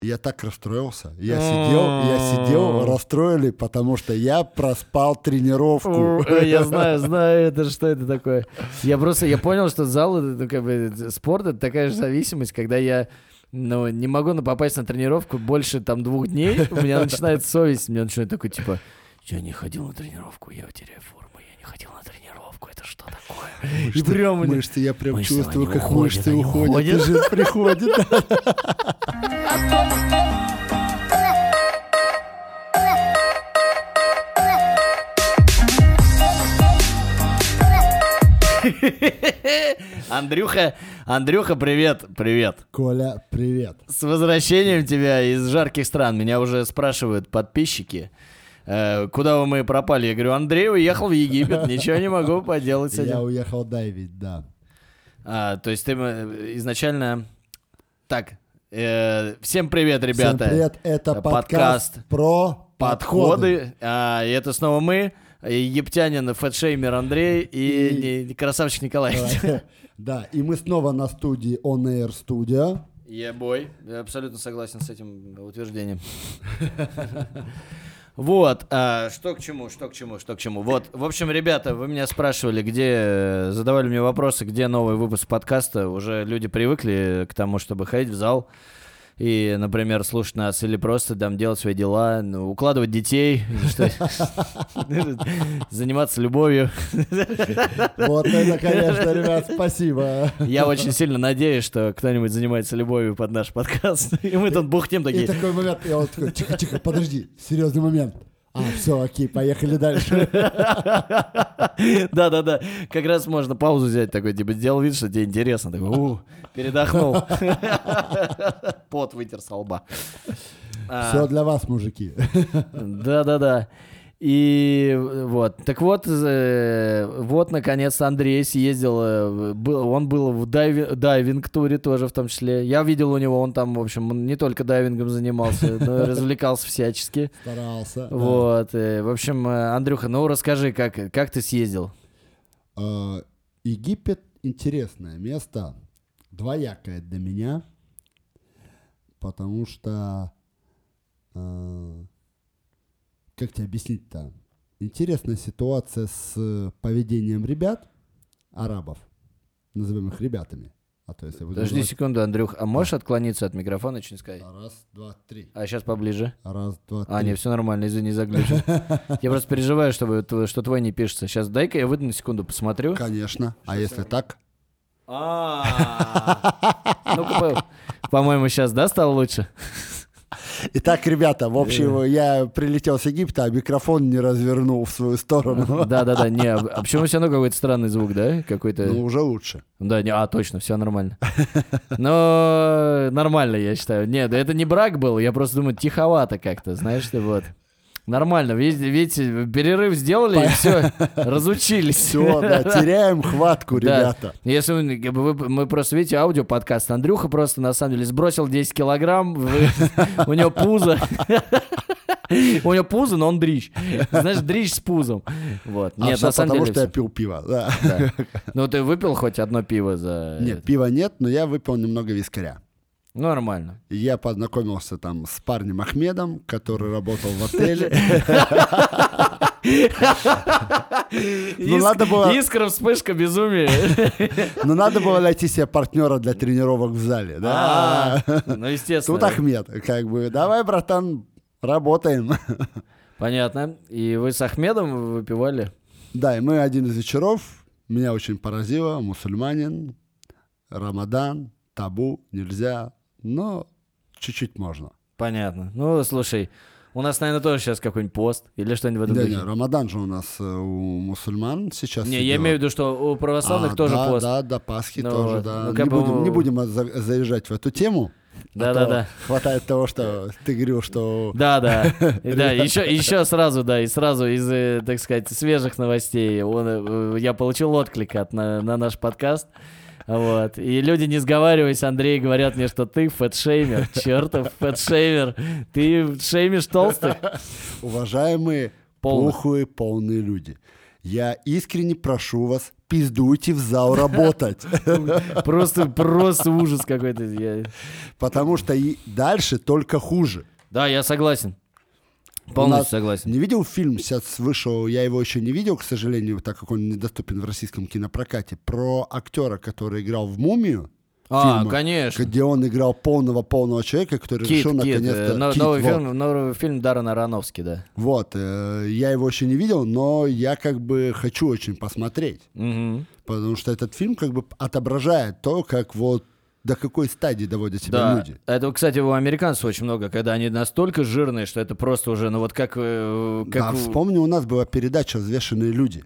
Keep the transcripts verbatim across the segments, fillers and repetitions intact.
Я так расстроился. Я сидел, я сидел расстроенный, потому что я проспал тренировку. Я знаю, знаю, это что это такое. Я просто, я понял, что зал, ну, как бы, спорт — это такая же зависимость, когда я, ну, не могу попасть на тренировку больше там двух дней, у меня начинает совесть, у меня начинает такой, типа, я не ходил на тренировку, я теряю форму, я не ходил на тренировку, это что такое? Мышцы, И прям мышцы, я прям мышцы, чувствую, они как уходят, мышцы они уходят, уходят. и жир приходит. Андрюха, Андрюха, привет, привет. Коля, привет. С возвращением тебя из жарких стран. Меня уже спрашивают подписчики, э, куда мы пропали. Я говорю, Андрей уехал в Египет, ничего не могу поделать с этим. Я уехал дайвить, да. А, то есть ты э, изначально... Так, э, всем привет, ребята. Всем привет, это подкаст, подкаст про подходы. Подходы. А, и это снова мы, египтянин, фэтшеймер Андрей и, и... красавчик Николай. Да, и мы снова на студии On Air Studio. Ебой, я абсолютно согласен с этим утверждением. Вот, а, что к чему, что к чему, что к чему. Вот, в общем, ребята, вы меня спрашивали, где, задавали мне вопросы, где новый выпуск подкаста. Уже люди привыкли к тому, чтобы ходить в зал и, например, слушать нас или просто там делать свои дела, ну, укладывать детей, заниматься любовью. Вот это, конечно, ребят, спасибо. Я очень сильно надеюсь, что кто-нибудь занимается любовью под наш подкаст. И мы тут бухтим такие. И такой момент, я вот такой, тихо-тихо, подожди, серьезный момент. А, все, окей, поехали дальше. Да-да-да, как раз можно паузу взять, такой, типа, сделал вид, что тебе интересно, такой, у, передохнул. Пот вытер со лба. Все для вас, мужики. Да-да-да. И вот, так вот, э, вот, наконец-то Андрей съездил, э, был, он был в дайви, дайвинг-туре тоже в том числе. Я видел у него, он там, в общем, он не только дайвингом занимался, но и развлекался всячески. Старался. Вот, э, в общем, Андрюха, ну расскажи, как, как ты съездил? Э, Египет интересное место, двоякое для меня, потому что... Э, Как тебе объяснить-то? Интересная ситуация с поведением ребят, арабов, назовем их ребятами. А то, если Подожди называть... секунду, Андрюх, а можешь отклониться от микрофона, что-нибудь сказать? Раз, два, три. А сейчас поближе. Раз, два, три. А, не, все нормально, извини, заглючил. Я просто переживаю, чтобы, что твой не пишется. Сейчас дай-ка я выйду на секунду, посмотрю. Конечно. А если так? Ну-ка, по-моему, сейчас, да, стало лучше? Итак, ребята, в общем, я прилетел с Египта, а микрофон не развернул в свою сторону. Да-да-да, не, а почему все равно какой-то странный звук, да? Какой-то... Ну, уже лучше. Да, не, а, точно, все нормально. Но нормально, я считаю. Нет, это не брак был, я просто думаю, тиховато как-то, знаешь, ты вот... Нормально, видите, видите, перерыв сделали, и все, разучились. Все, да, теряем хватку, ребята. Да. Если вы, вы, мы просто, видите, аудиоподкаст, Андрюха просто, на самом деле, сбросил десять килограмм, вы, у него пузо. У него пузо, но он дрищ. Знаешь, дрищ с пузом. Вот. А нет, все на самом потому, деле, что все. я пил пиво, да. Да. Ну, ты выпил хоть одно пиво за... Нет, пива нет, но я выпил немного вискаря. Нормально. Я познакомился там с парнем Ахмедом, который работал в отеле. Ну, надо было... Искра, вспышка, безумие. Ну, надо было найти себе партнера для тренировок в зале, да? Ну, естественно. Тут Ахмед, как бы, давай, братан, работаем. Понятно. И вы с Ахмедом выпивали? Да, и мы один из вечеров, меня очень поразило, мусульманин, Рамадан, табу, нельзя, но чуть-чуть можно. Понятно. Ну, слушай, у нас, наверное, тоже сейчас какой-нибудь пост или что-нибудь в этом Да, духе. не, Рамадан же у нас э, у мусульман сейчас. Не, идет. я имею в виду, что у православных а, тоже да, пост. Да, да, Пасхи ну, тоже, да. Ну, не, бы... будем, не будем за- заезжать в эту тему. Да-да-да. Хватает того, что ты говорил, что... Да-да. Да, еще, еще сразу, да, и сразу из, так сказать, свежих новостей он, я получил отклик от, на, на наш подкаст. Вот. И люди, не сговариваясь, Андрей, говорят мне, что ты фэтшеймер, чертов фэтшеймер, ты шеймишь толстых. Уважаемые, Полных. пухлые, полные люди. Я искренне прошу вас, пиздуйте в зал работать. Просто, просто ужас какой-то. Я... Потому что и дальше только хуже. Да, я согласен. Полностью согласен. Не видел фильм, сейчас вышел, я его еще не видел, к сожалению, так как он недоступен в российском кинопрокате, про актера, который играл в «Мумию». А, фильма, конечно. Где он играл полного-полного человека, который Кит, решил Кит, наконец-то... э, Кит, новый, вот. фильм, новый фильм Даррена Аронофски, да. Вот, э, я его еще не видел, но я как бы хочу очень посмотреть. Угу. Потому что этот фильм как бы отображает то, как вот до какой стадии доводят себя Да. люди. Это, кстати, у американцев очень много, когда они настолько жирные, что это просто уже, ну вот как... э, как Да, у- вспомни, у нас была передача «Взвешенные люди».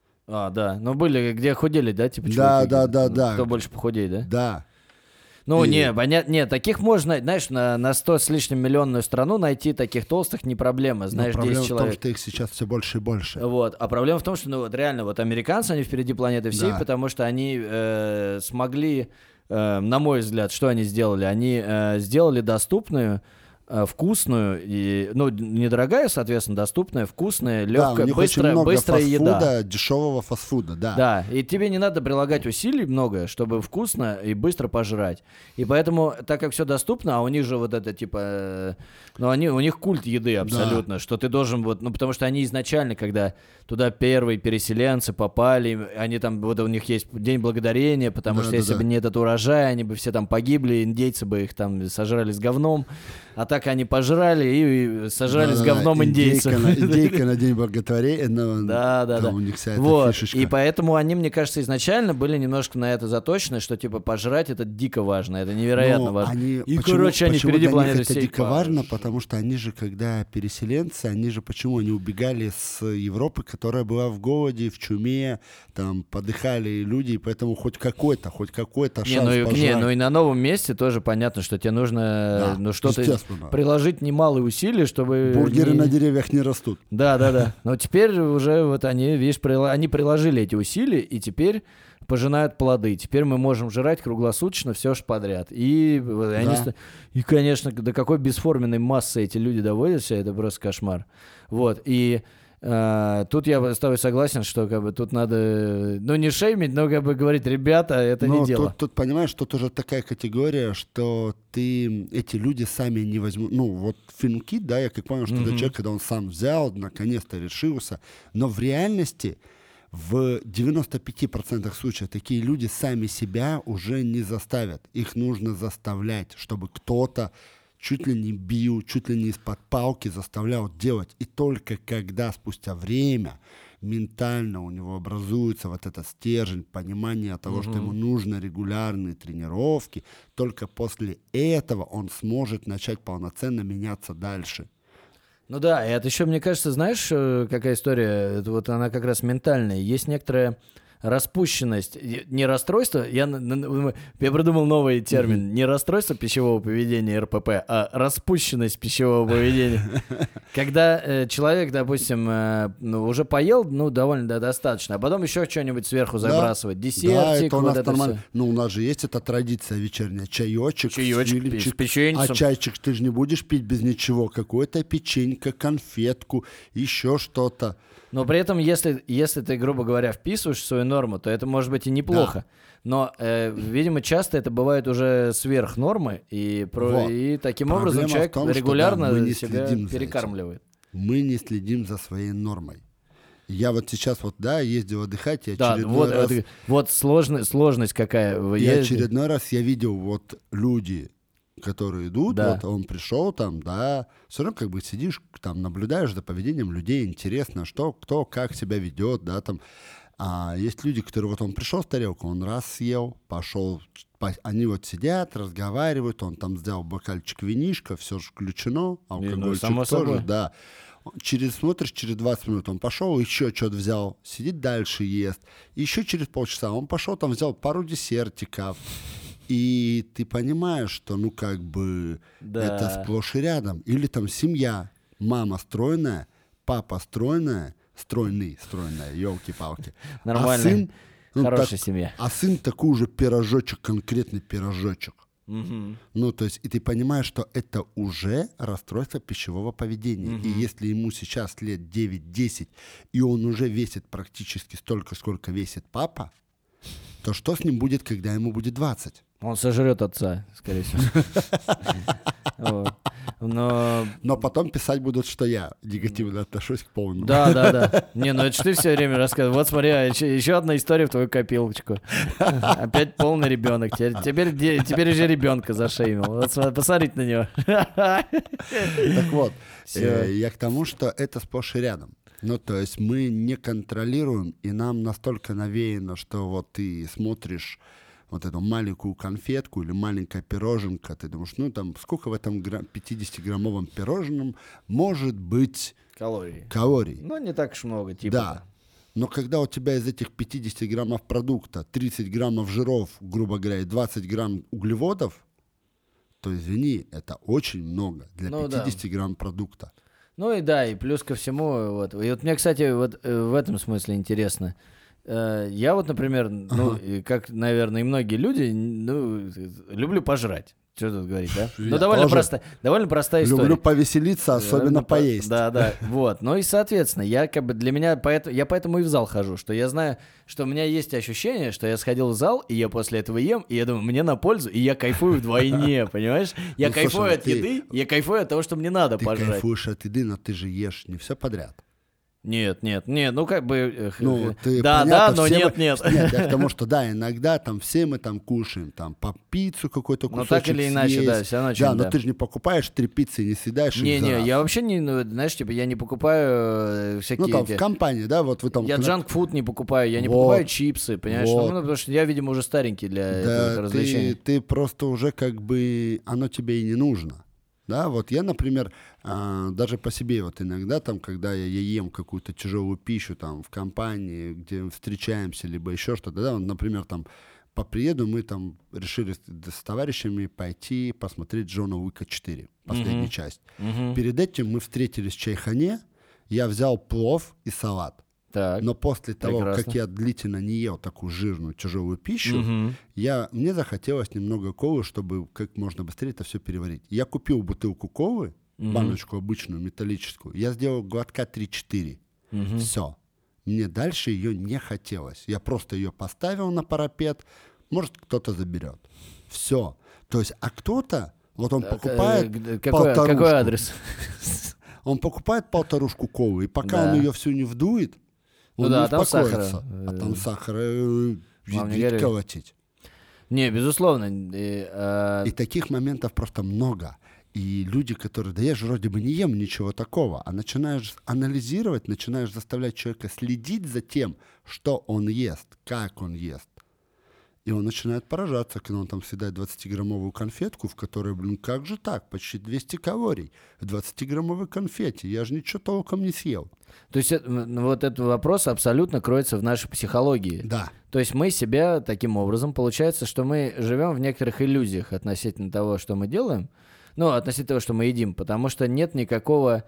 А, да. Ну, были, где худели, да, типа Да, чуваки? да, да, Ну, да. Кто больше похудеет, да? Да. Ну, И- не, понятно, нет, таких можно, знаешь, на, на сто с лишним миллионную страну найти таких толстых не проблема, Но знаешь, проблема десять в том, человек. что их сейчас все больше и больше. Вот. А проблема в том, что, ну, вот реально, вот американцы, они впереди планеты всей, Да. потому что они э, смогли, э, на мой взгляд, что они сделали? Они э, сделали доступную, э, вкусную, и, ну, недорогая, соответственно, доступная, вкусная, Да, у легкая, них очень быстрая, много быстрая еда. фастфуда, дешевого фастфуда, да. Да, и тебе не надо прилагать усилий много, чтобы вкусно и быстро пожрать. И поэтому, так как все доступно, а у них же вот это типа, э, ну они, у них культ еды абсолютно, что ты должен вот, ну потому что они изначально, когда туда первые переселенцы попали, они там, вот у них есть День Благодарения, потому Да, что да, если да. бы не этот урожай, они бы все там погибли, индейцы бы их там сожрали с говном, а так они пожрали и, и сожрали с Да-да-да, говном индейцев. Индейка на, индейка на День Благодарения. но Да, да, там да. у них вся эта Вот. фишечка. И поэтому они, мне кажется, изначально были немножко на это заточены, что типа пожрать это дико важно, это невероятно Ну, важно. они- И, почему- короче, они почему впереди для них планеты это всей. дико важно, потому что они же, когда переселенцы, они же почему они убегали с Европы, которая была в голоде, в чуме, там подыхали люди, и поэтому хоть какой-то, хоть какой-то Не, шанс ну, и, пожрать. не, ну и на новом месте тоже понятно, что тебе нужно Да, ну, что-то естественно. приложить немалые усилия, чтобы... Бургеры не- на деревьях не растут. Да, да, да. Но теперь уже вот они, видишь, прила- они приложили эти усилия, и теперь пожинают плоды. Теперь мы можем жрать круглосуточно все ж подряд. И, вот они Да. ста- и, конечно, до какой бесформенной массы эти люди доводятся, это просто кошмар. Вот, и э, тут я с тобой согласен, что как бы тут надо, ну, не шеймить, но как бы говорить, ребята, это Но не дело. Тут, тут, понимаешь, тут уже такая категория, что ты, эти люди сами не возьмут. Ну, вот фильм «Кит», да, я как понял, что это Мгм. человек, когда он сам взял, наконец-то решился. Но в реальности в девяноста пяти процентах случаев такие люди сами себя уже не заставят. Их нужно заставлять, чтобы кто-то чуть ли не бил, чуть ли не из-под палки заставлял делать. И только когда спустя время ментально у него образуется вот этот стержень, понимание того, что ему нужно регулярные тренировки, только после этого он сможет начать полноценно меняться дальше. Ну да, и это еще, мне кажется, знаешь, э, какая история, это вот она как раз ментальная. Есть некоторая распущенность, и- не расстройство, я, на- на- я придумал новый термин, не расстройство пищевого поведения эр пэ пэ, а распущенность пищевого поведения. Когда э, человек, допустим, э, ну, уже поел, ну, довольно да, достаточно, а потом еще что-нибудь сверху Да. забрасывать, Да, десертик, это у вот нас это нормально. всё. Ну, у нас же есть эта традиция вечерняя. Чаечек, Чаечек с с печеньцем. А чайчик ты же не будешь пить без ничего. Какое-то печенька, конфетку, еще что-то. Но при этом, если, если ты, грубо говоря, вписываешь в свою норму, то это может быть и неплохо. Но, э, видимо, часто это бывает уже сверх нормы, и, про, Вот. и таким Проблема образом в человек том, что, да, регулярно мы не себя следим за этим. перекармливает. Мы не следим за своей нормой. Я вот сейчас вот, да, ездил отдыхать, и Да, очередной вот, раз... это- вот сложность, сложность какая. Вы И ездите? очередной раз я видел вот люди, которые идут, Да. вот он пришел там, да, все равно как бы сидишь, там наблюдаешь за поведением людей, интересно, что, кто, как себя ведет, да, там. А есть люди, которые вот он пришел с тарелкой, он раз съел, пошел, по- они вот сидят, разговаривают, он там сделал бокальчик винишка, все же включено, алкогольчик само тоже, собой. да. Через, смотришь, через двадцать минут он пошел, еще что-то взял, сидит дальше, ест. Еще через полчаса он пошел, там взял пару десертиков. И ты понимаешь, что, ну, как бы, Да. это сплошь и рядом. Или там семья, мама стройная, папа стройная, стройный, стройная, елки-палки. Нормальная, А сын, ну, хорошая так- семья. а сын такой же пирожочек, конкретный пирожочек. Угу. Ну, то есть, и ты понимаешь, что это уже расстройство пищевого поведения. Мгм. И если ему сейчас лет девять-десять, и он уже весит практически столько, сколько весит папа, то что с ним будет, когда ему будет двадцать? Он сожрет отца, скорее всего. Вот. Но... Но потом писать будут, что я негативно отношусь к полному. Да, да, да. Не, ну это ж ты все время рассказываешь. Вот смотри, а еще, еще одна история в твою копилочку. Опять полный ребенок. Теперь, теперь, де- теперь уже ребенка зашеймил. Вот см- посмотрите на него. Так вот, Всё. э, я к тому, что это сплошь и рядом. Ну, то есть мы не контролируем, и нам настолько навеяно, что вот ты смотришь вот эту маленькую конфетку или маленькая пироженка, ты думаешь, ну, там, сколько в этом гра- пятидесятиграммовом пирожном может быть Калории. калорий? Ну, не так уж много, типа. Да. Но когда у тебя из этих пятидесяти граммов продукта тридцать граммов жиров, грубо говоря, и двадцать грамм углеводов, то, извини, это очень много для Ну да. пятидесяти грамм продукта. Ну и да, и плюс ко всему, вот. И вот мне, кстати, вот э, в этом смысле интересно. Э, Я вот, например, ну, Ага. и как, наверное, и многие люди, ну, люблю пожрать. Что тут говорить, да? Я Ну, довольно, тоже. проста, довольно простая история. Люблю повеселиться, особенно Ну, по- поесть. Да, да, вот. Ну и, соответственно, я как бы для меня, поэтому, я поэтому и в зал хожу, что я знаю, что у меня есть ощущение, что я сходил в зал, и я после этого ем, и я думаю, мне на пользу, и я кайфую вдвойне, понимаешь? Я Ну, кайфую слушай, от ты- еды, я кайфую от того, что мне надо Ты пожрать. кайфуешь от еды, но ты же ешь не все подряд. Нет, нет, нет, ну как бы... э, х- Ну, х- ты, да, понятно, да, но все нет, мы- нет. Нет, я к тому, что да, иногда там все мы там кушаем, там по пиццу какой-то Ну кусочек так или иначе, съесть. да, все равно Да, что-нибудь, но да. ты же не покупаешь три пиццы и не съедаешь их за Не-не, раз. я вообще не, ну, знаешь, типа, я не покупаю э, всякие... Ну там эти- в компании, да, вот вы там... Я кна- джанк-фуд не покупаю, я не Вот. покупаю чипсы, понимаешь? Вот. Ну, потому что я, видимо, уже старенький для этого Да, ты, развлечения. ты просто уже как бы... Оно тебе и не нужно. Да, вот я, например, а, даже по себе вот иногда там, когда я, я ем какую-то тяжелую пищу там в компании, где мы встречаемся, либо еще что-то, да, вот, например, там по приезду мы там решили с, с товарищами пойти посмотреть Джона Уика четыре, последнюю Мгм. часть. Мгм. Перед этим мы встретились в Чайхане, я взял плов и салат. Так. Но после того, прекрасно. как я длительно не ел такую жирную тяжелую пищу, Мгм. я, мне захотелось немного колы, чтобы как можно быстрее это все переварить. Я купил бутылку колы, Мгм. баночку обычную, металлическую. Я сделал глотка три-четыре. Мгм. Все. Мне дальше ее не хотелось. Я просто ее поставил на парапет. Может, кто-то заберет. Все. То есть, а кто-то, вот он Так, покупает э, г- какой, полторушку. какой адрес? Он покупает полторушку колы, и пока Да. он ее всю не вдует, Ну он да, не а там успокоится. сахара, А э, там сахара э, вам не ведь говорили. колотить. Не, безусловно. э, а, И таких моментов просто много. И люди, которые, да я же вроде бы не ем ничего такого, а начинаешь анализировать, начинаешь заставлять человека следить за тем, что он ест, как он ест. И он начинает поражаться, когда он там съедает двадцатиграммовую конфетку, в которой, блин, как же так, почти двести калорий в двадцатиграммовой конфете, я же ничего толком не съел. То есть это- м, вот этот вопрос абсолютно кроется в нашей психологии. Да, То есть мы себя таким образом, получается, что мы живем в некоторых иллюзиях относительно того, что мы делаем, ну, относительно того, что мы едим, потому что нет никакого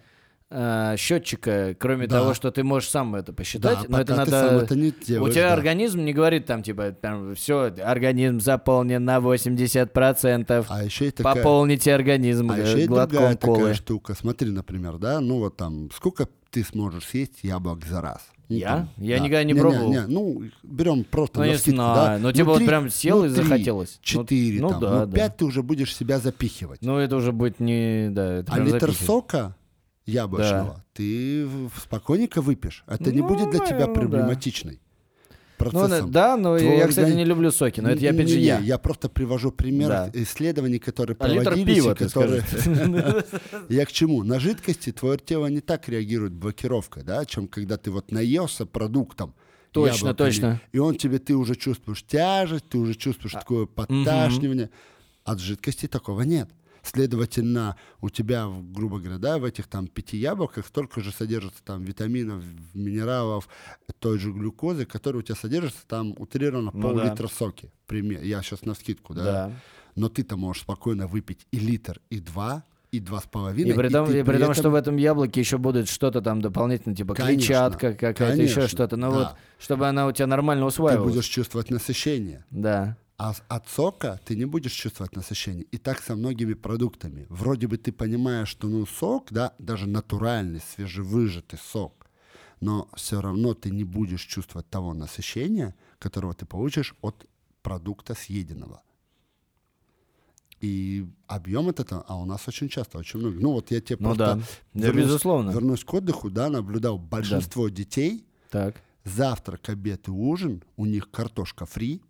э, счетчика, кроме Да. того, что ты можешь сам это посчитать, да, но пока это ты надо... сам это не У делаешь, тебя да. организм не говорит там, типа, там, все, организм заполнен на восемьдесят процентов, А еще и такая... пополните организм А э, еще есть глотком другая колы. такая штука. Смотри, например, да, ну вот там, сколько ты сможешь съесть яблок за раз? Ну, Я? там, Я никогда не пробовал. Не, ну, берем просто Ну, на не скидку, знаю, да? ну, типа вот три- прям сел и три, захотелось. Ну, Четыре ну там, да, ну да. пять ты уже будешь себя запихивать. Ну, это уже будет не... Да, это а прям литр запихивать. сока яблочного ты в- спокойненько выпьешь. Это не Ну, будет для тебя наверное, да. проблематичный Ну, процессом. да, но Твой я, кстати, органи- не люблю соки, но это я, опять же Не-не, я. Я просто привожу пример Да. исследований, которые А литр проводились, пива, и ты которые... скажи. Я к чему? На жидкости твое тело не так реагирует блокировкой, да, чем когда ты вот наелся продуктом. Точно, яблоками, точно. И он тебе, ты уже чувствуешь тяжесть, ты уже чувствуешь такое подташнивание. От жидкости такого нет. Следовательно, у тебя, в- грубо говоря, да, в этих там пяти яблоках столько же содержится там витаминов, минералов, той же глюкозы, которые у тебя содержатся там утрированно Ну пол-литра соки. Пример. Я сейчас навскидку, да? Да. Но ты-то можешь спокойно выпить и литр, и два, и два с половиной. И при том, ты и при том, этом- что в этом яблоке еще будет что-то там дополнительно, типа Конечно, клетчатка какая-то, еще конечно, что-то. Ну да. вот, чтобы она у тебя нормально ты усваивалась. будешь чувствовать насыщение. Да. А от сока ты не будешь чувствовать насыщение. И так со многими продуктами. Вроде бы ты понимаешь, что ну сок, да, даже натуральный, свежевыжатый сок, но все равно ты не будешь чувствовать того насыщения, которого ты получишь от продукта съеденного. И объем этот, а у нас очень часто, очень много. Ну вот я тебе ну, просто да. вернусь, безусловно. вернусь к отдыху, да, наблюдал большинство да. детей, так. завтрак, обед и ужин, у них картошка фри,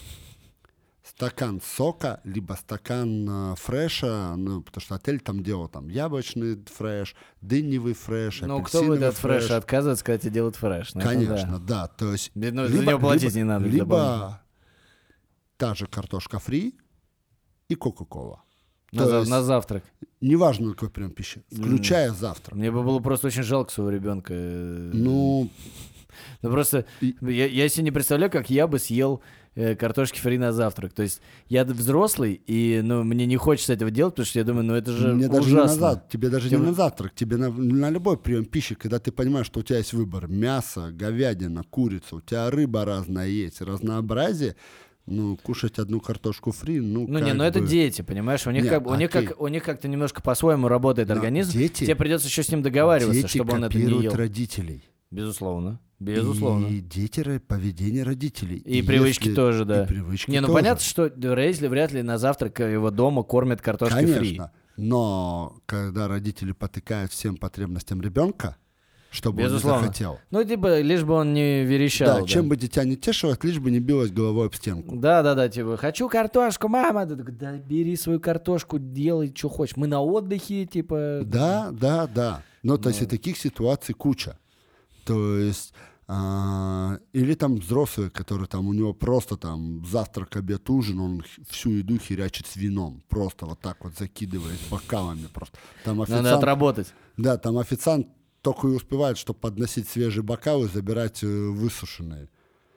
стакан сока, либо стакан э, фреша, ну, потому что отель там делал там яблочный фреш, дыневый фреш, ну, кто будет от фреш. фреша отказываться, когда тебе делают фреш? Ну, конечно, да. да. То есть, ну, либо, за него платить либо, не надо. Либо та же картошка фри и кока-кола. На, за, есть, на завтрак. Неважно, какой прием пищи, включая mm. завтрак. Мне бы было просто очень жалко своего ребенка. Ну... Ну просто и... я, я себе не представляю, как я бы съел э, картошки фри на завтрак. То есть я взрослый, и ну, мне не хочется этого делать, потому что я думаю, ну это же мне ужасно. Даже не на зав... Тебе даже Тем... не на завтрак, тебе на, на любой прием пищи, когда ты понимаешь, что у тебя есть выбор мясо, говядина, курица, у тебя рыба разная есть, разнообразие. Ну, кушать одну картошку фри, ну, ну как не, ну бы... это дети, понимаешь, у них, не, как, у, них как, у них как-то немножко по-своему работает но организм, дети, тебе придется еще с ним договариваться, дети чтобы он это не ел. родителей. Безусловно, безусловно. И дети, поведение родителей. И, и привычки если... тоже, да. И привычки не, ну тоже. понятно, что если вряд ли на завтрак его дома кормят картошкой Конечно, фри. но когда родители потыкают всем потребностям ребенка, чтобы безусловно. он не захотел. Ну, типа, лишь бы он не верещал. Да, да, чем бы дитя не тешилось, лишь бы не билось головой об стенку. Да-да-да, типа, хочу картошку, мама. Да бери свою картошку, делай, что хочешь. Мы на отдыхе, типа... Да, да, да. Но, Но... то есть, и таких ситуаций куча. То есть... А, или там взрослые, которые там, у него просто там завтрак, обед, ужин, он всю еду херячит с вином. Просто вот так вот закидываясь бокалами. Просто. Там официант... Надо отработать. Да, там официант только и успевает, чтобы подносить свежие бокалы и забирать э, высушенные.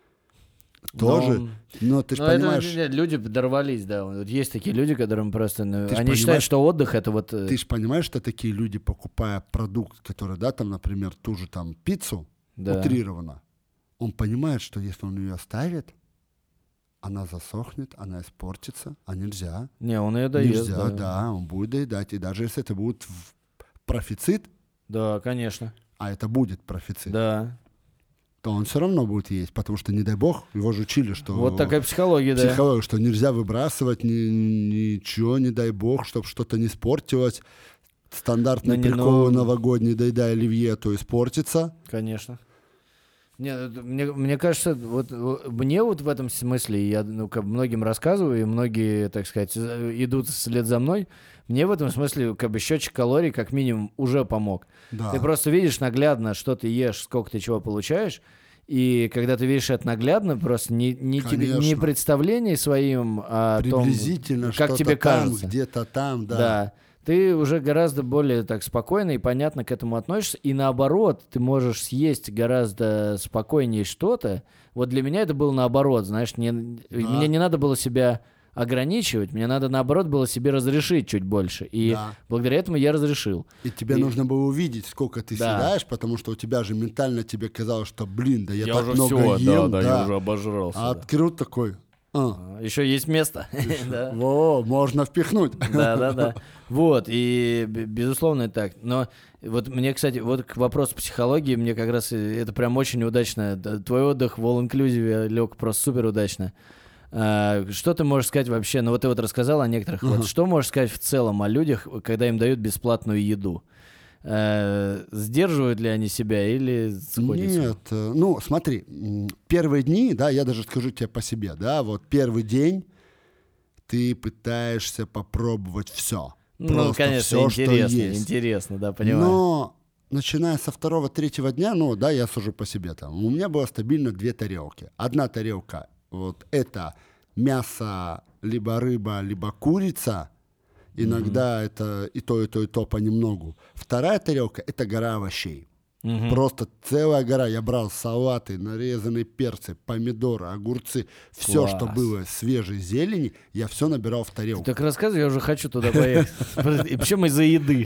Тоже, но, но ты же понимаешь... Это, нет, люди дорвались, да. Вот есть такие люди, которым просто... Ну, они считают, понимаешь, что отдых — это вот... Ты же понимаешь, что такие люди, покупая продукт, который, да, там, например, ту же там пиццу, да. утрированно, он понимает, что если он ее оставит, она засохнет, она испортится, а нельзя. Не, он ее доест. Нельзя, да. да, он будет доедать. И даже если это будет профицит, да, конечно. А это будет профицит. Да. То он все равно будет есть, потому что, не дай бог, его же учили, что... Вот такая психология, да. Психология, что нельзя выбрасывать ни, ничего, не дай бог, чтобы что-то не испортилось. Стандартные ну, приколы ну... новогодние, доедай оливье, то испортится. Конечно. Не, мне, мне кажется, вот мне вот в этом смысле, я ну, как многим рассказываю, и многие, так сказать, идут вслед за мной, мне в этом смысле как бы счетчик калорий как минимум уже помог. Да. Ты просто видишь наглядно, что ты ешь, сколько ты чего получаешь, и когда ты видишь это наглядно, просто не, не, тебе, не представление своим о приблизительно, том, как тебе там, кажется. Где-то там, да. Да. Ты уже гораздо более так спокойно и понятно к этому относишься. И наоборот, ты можешь съесть гораздо спокойнее что-то. Вот для меня это было наоборот, знаешь, не, да. мне не надо было себя ограничивать, мне надо наоборот было себе разрешить чуть больше. И да. благодаря этому я разрешил. И тебе и... нужно было увидеть, сколько ты да. съедаешь, потому что у тебя же ментально тебе казалось, что, блин, да я, я так уже много все, ем. Да, да, да, я уже обожрался. А да. открыл такой... А. Еще есть место. Во, можно впихнуть. Да-да-да. Вот, и безусловно так. Но вот мне, кстати, вот к вопросу психологии, мне как раз это прям очень удачно. Твой отдых в all-inclusive лег просто супер удачно. Что ты можешь сказать вообще? Ну вот ты вот рассказал о некоторых. Вот что можешь сказать в целом о людях, когда им дают бесплатную еду? Э, сдерживают ли они себя или сходятся? Нет, ну смотри, первые дни, да, я даже скажу тебе по себе, да, вот первый день ты пытаешься попробовать все. Ну, конечно, все, интересно, что есть. Интересно, да, понимаю. Но начиная со второго, третьего дня, ну да, я сужу по себе там, у меня было стабильно две тарелки. Одна тарелка, вот это мясо, либо рыба, либо курица. Иногда mm-hmm. это и то, и то, и то понемногу. Вторая тарелка — это гора овощей. Mm-hmm. Просто целая гора. Я брал салаты, нарезанные перцы, помидоры, огурцы. Все, Класс. Что было свежей зелени, я все набирал в тарелку. Ты так рассказывай, я уже хочу туда поехать. И причем из-за еды.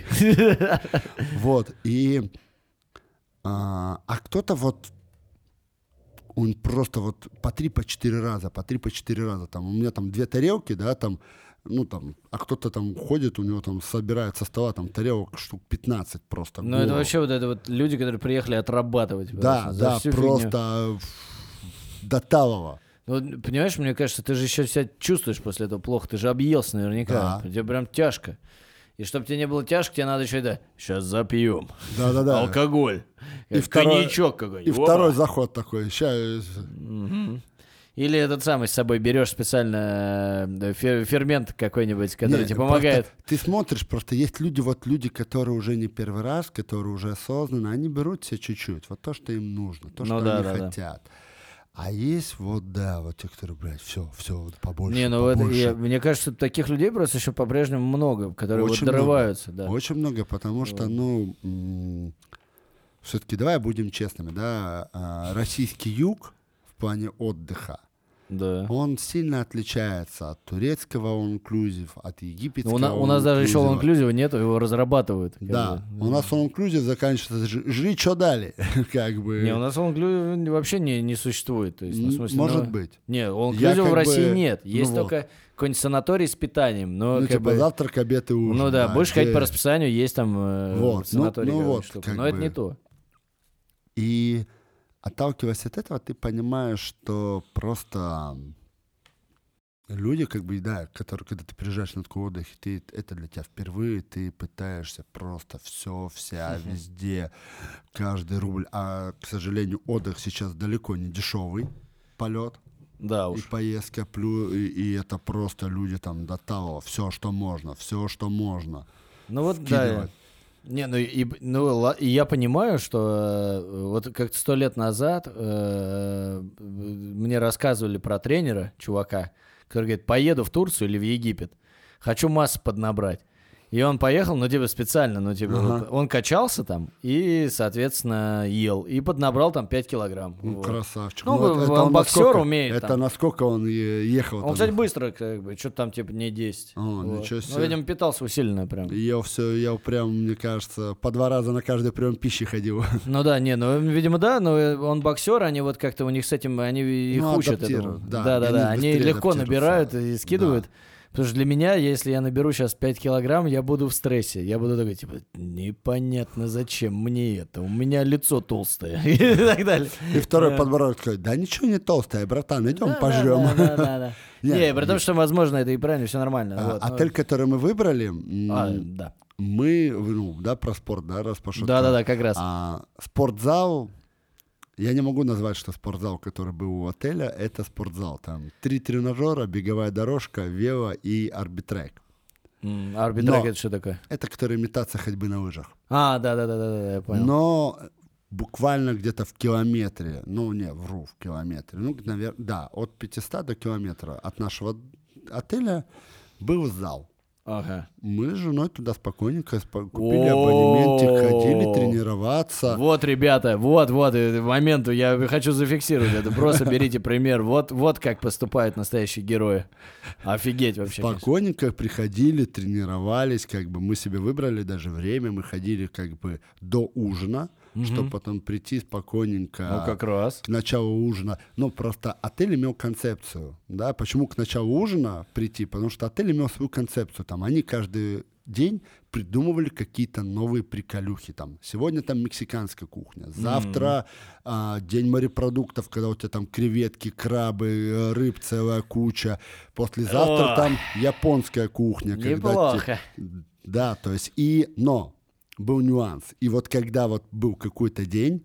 Вот. И... А кто-то вот... он просто вот по три, по четыре раза, по три, по четыре раза. Там, у меня там две тарелки, да, там, ну там, а кто-то там ходит, у него там собирает со стола там тарелок штук пятнадцать просто. Ну это вообще вот это вот люди, которые приехали отрабатывать. Да, да, просто до талого. Ну, понимаешь, мне кажется, ты же еще себя чувствуешь после этого плохо, ты же объелся наверняка, да. Тебе прям тяжко. И чтобы тебе не было тяжко, тебе надо еще это, сейчас запьем. Да-да-да. Алкоголь. И коньячок какой-нибудь. И Опа. Второй заход такой. Сейчас... Угу. Или этот самый с собой берешь специально фермент какой-нибудь, который Нет, тебе помогает. Ты смотришь, просто есть люди, вот люди, которые уже не первый раз, которые уже осознанно, они берут себе чуть-чуть, вот то, что им нужно, то, ну, что да, они да, хотят. Да. А есть вот, да, вот те, которые, блядь, все, все, вот побольше, Не, ну побольше. Это, я, мне кажется, таких людей просто еще по-прежнему много, которые очень вот дорываются. Много, да. Очень много, потому вот. что, ну, м- все-таки давай будем честными, да, а, российский юг в плане отдыха, да. он сильно отличается от турецкого all-inclusive, от египетского у, на, у нас даже еще all-inclusive нету, его разрабатывают. Да, бы. У нас all-inclusive заканчивается, жри, что дали, как бы. Не, у нас all-inclusive вообще не, не существует. То есть, ну, в смысле, Может ну, быть. Не, all-inclusive в России бы... нет, есть ну только... Вот. Какой-нибудь санаторий с питанием. Но, ну, как типа бы... завтрак, обед и ужин. Ну да, да будешь где... ходить по расписанию, есть там э, вот. санаторий. Ну, ну, вот, штука. Но бы... это не то. И отталкиваясь от этого, ты понимаешь, что просто люди, как бы, да, которые, когда ты приезжаешь на такой отдых, ты, это для тебя впервые, ты пытаешься просто все, вся, uh-huh. везде, каждый рубль. А, к сожалению, отдых сейчас далеко не дешевый полет. Да уж. И поездка, и, и это просто люди там до того, все, что можно, все, что можно. Ну вот да. Не, ну и, ну и я понимаю, что э, вот как-то сто лет назад э, мне рассказывали про тренера, чувака, который говорит, поеду в Турцию или в Египет, хочу массу поднабрать. И он поехал, ну, типа, специально, ну, типа, ага. вот, он качался там и, соответственно, ел. И поднабрал там пять килограмм. Ну, вот. Красавчик. Ну, ну это, это он он боксер насколько, умеет. Это там. насколько он ехал. Он, там. кстати, быстро, как бы, что-то там, типа, не десять. О, вот. ничего себе. Ну, видимо, питался усиленно прям. Я все, я прям, мне кажется, по два раза на каждый прием пищи ходил. Ну да, не, ну, видимо, да, но он боксер, они вот как-то у них с этим, они их ну, учат этому. Да, да, да, да. Они легко набирают и скидывают. Да. Потому что для меня, если я наберу сейчас пять килограмм, я буду в стрессе. Я буду такой, типа, непонятно, зачем мне это. У меня лицо толстое. И так далее. И второй подбородок такой, да ничего не толстое, братан, идем пожрем. Да, да, да. Не, при том, что, возможно, это и правильно, все нормально. Отель, который мы выбрали, да. мы, ну, да, про спорт, да, раз пошел. Да, да, да, как раз. Спортзал. Я не могу назвать, что спортзал, который был у отеля, это спортзал. Там три тренажера, беговая дорожка, вело и арбитрек. Mm, арбитрек это что такое? Это который имитация ходьбы на лыжах. А, да-да-да, я понял. Но буквально где-то в километре, ну не, вру, в километре, ну, наверное, да, от пятисот до километра от нашего отеля был зал. Ага. Мы с женой туда спокойненько купили абонементик, ходили тренироваться. Вот, ребята, вот, вот, момент, я хочу зафиксировать это. Просто берите пример. Вот, вот как поступают настоящие герои. Офигеть вообще. Спокойненько приходили, тренировались, как бы мы себе выбрали даже время, мы ходили как бы до ужина, mm-hmm. чтобы потом прийти спокойненько ну, как раз. к началу ужина. Ну, просто отель имел концепцию, да, почему к началу ужина прийти? Потому что отель имел свою концепцию, там, они каждый день придумывали какие-то новые приколюхи, там, сегодня там мексиканская кухня, завтра mm-hmm. а, день морепродуктов, когда у тебя там креветки, крабы, рыб целая куча, послезавтра oh. там японская кухня. Неплохо. Когда те... Да, то есть, и, но был нюанс. И вот когда вот был какой-то день,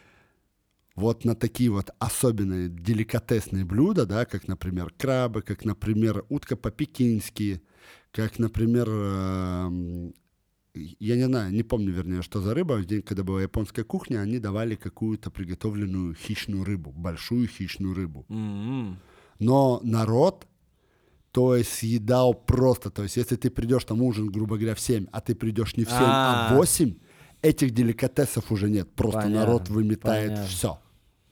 вот на такие вот особенные деликатесные блюда, да, как, например, крабы, как, например, утка по-пекински, как, например, э, я не знаю, не помню, вернее, что за рыба. В день, когда была японская кухня, они давали какую-то приготовленную хищную рыбу, большую хищную рыбу. Mm-hmm. Но народ... То есть съедал просто, то есть если ты придешь там ужин, грубо говоря, в семь, а ты придешь не в семь, а, а в восемь, этих деликатесов уже нет. Просто понятно, народ выметает понятно. Все.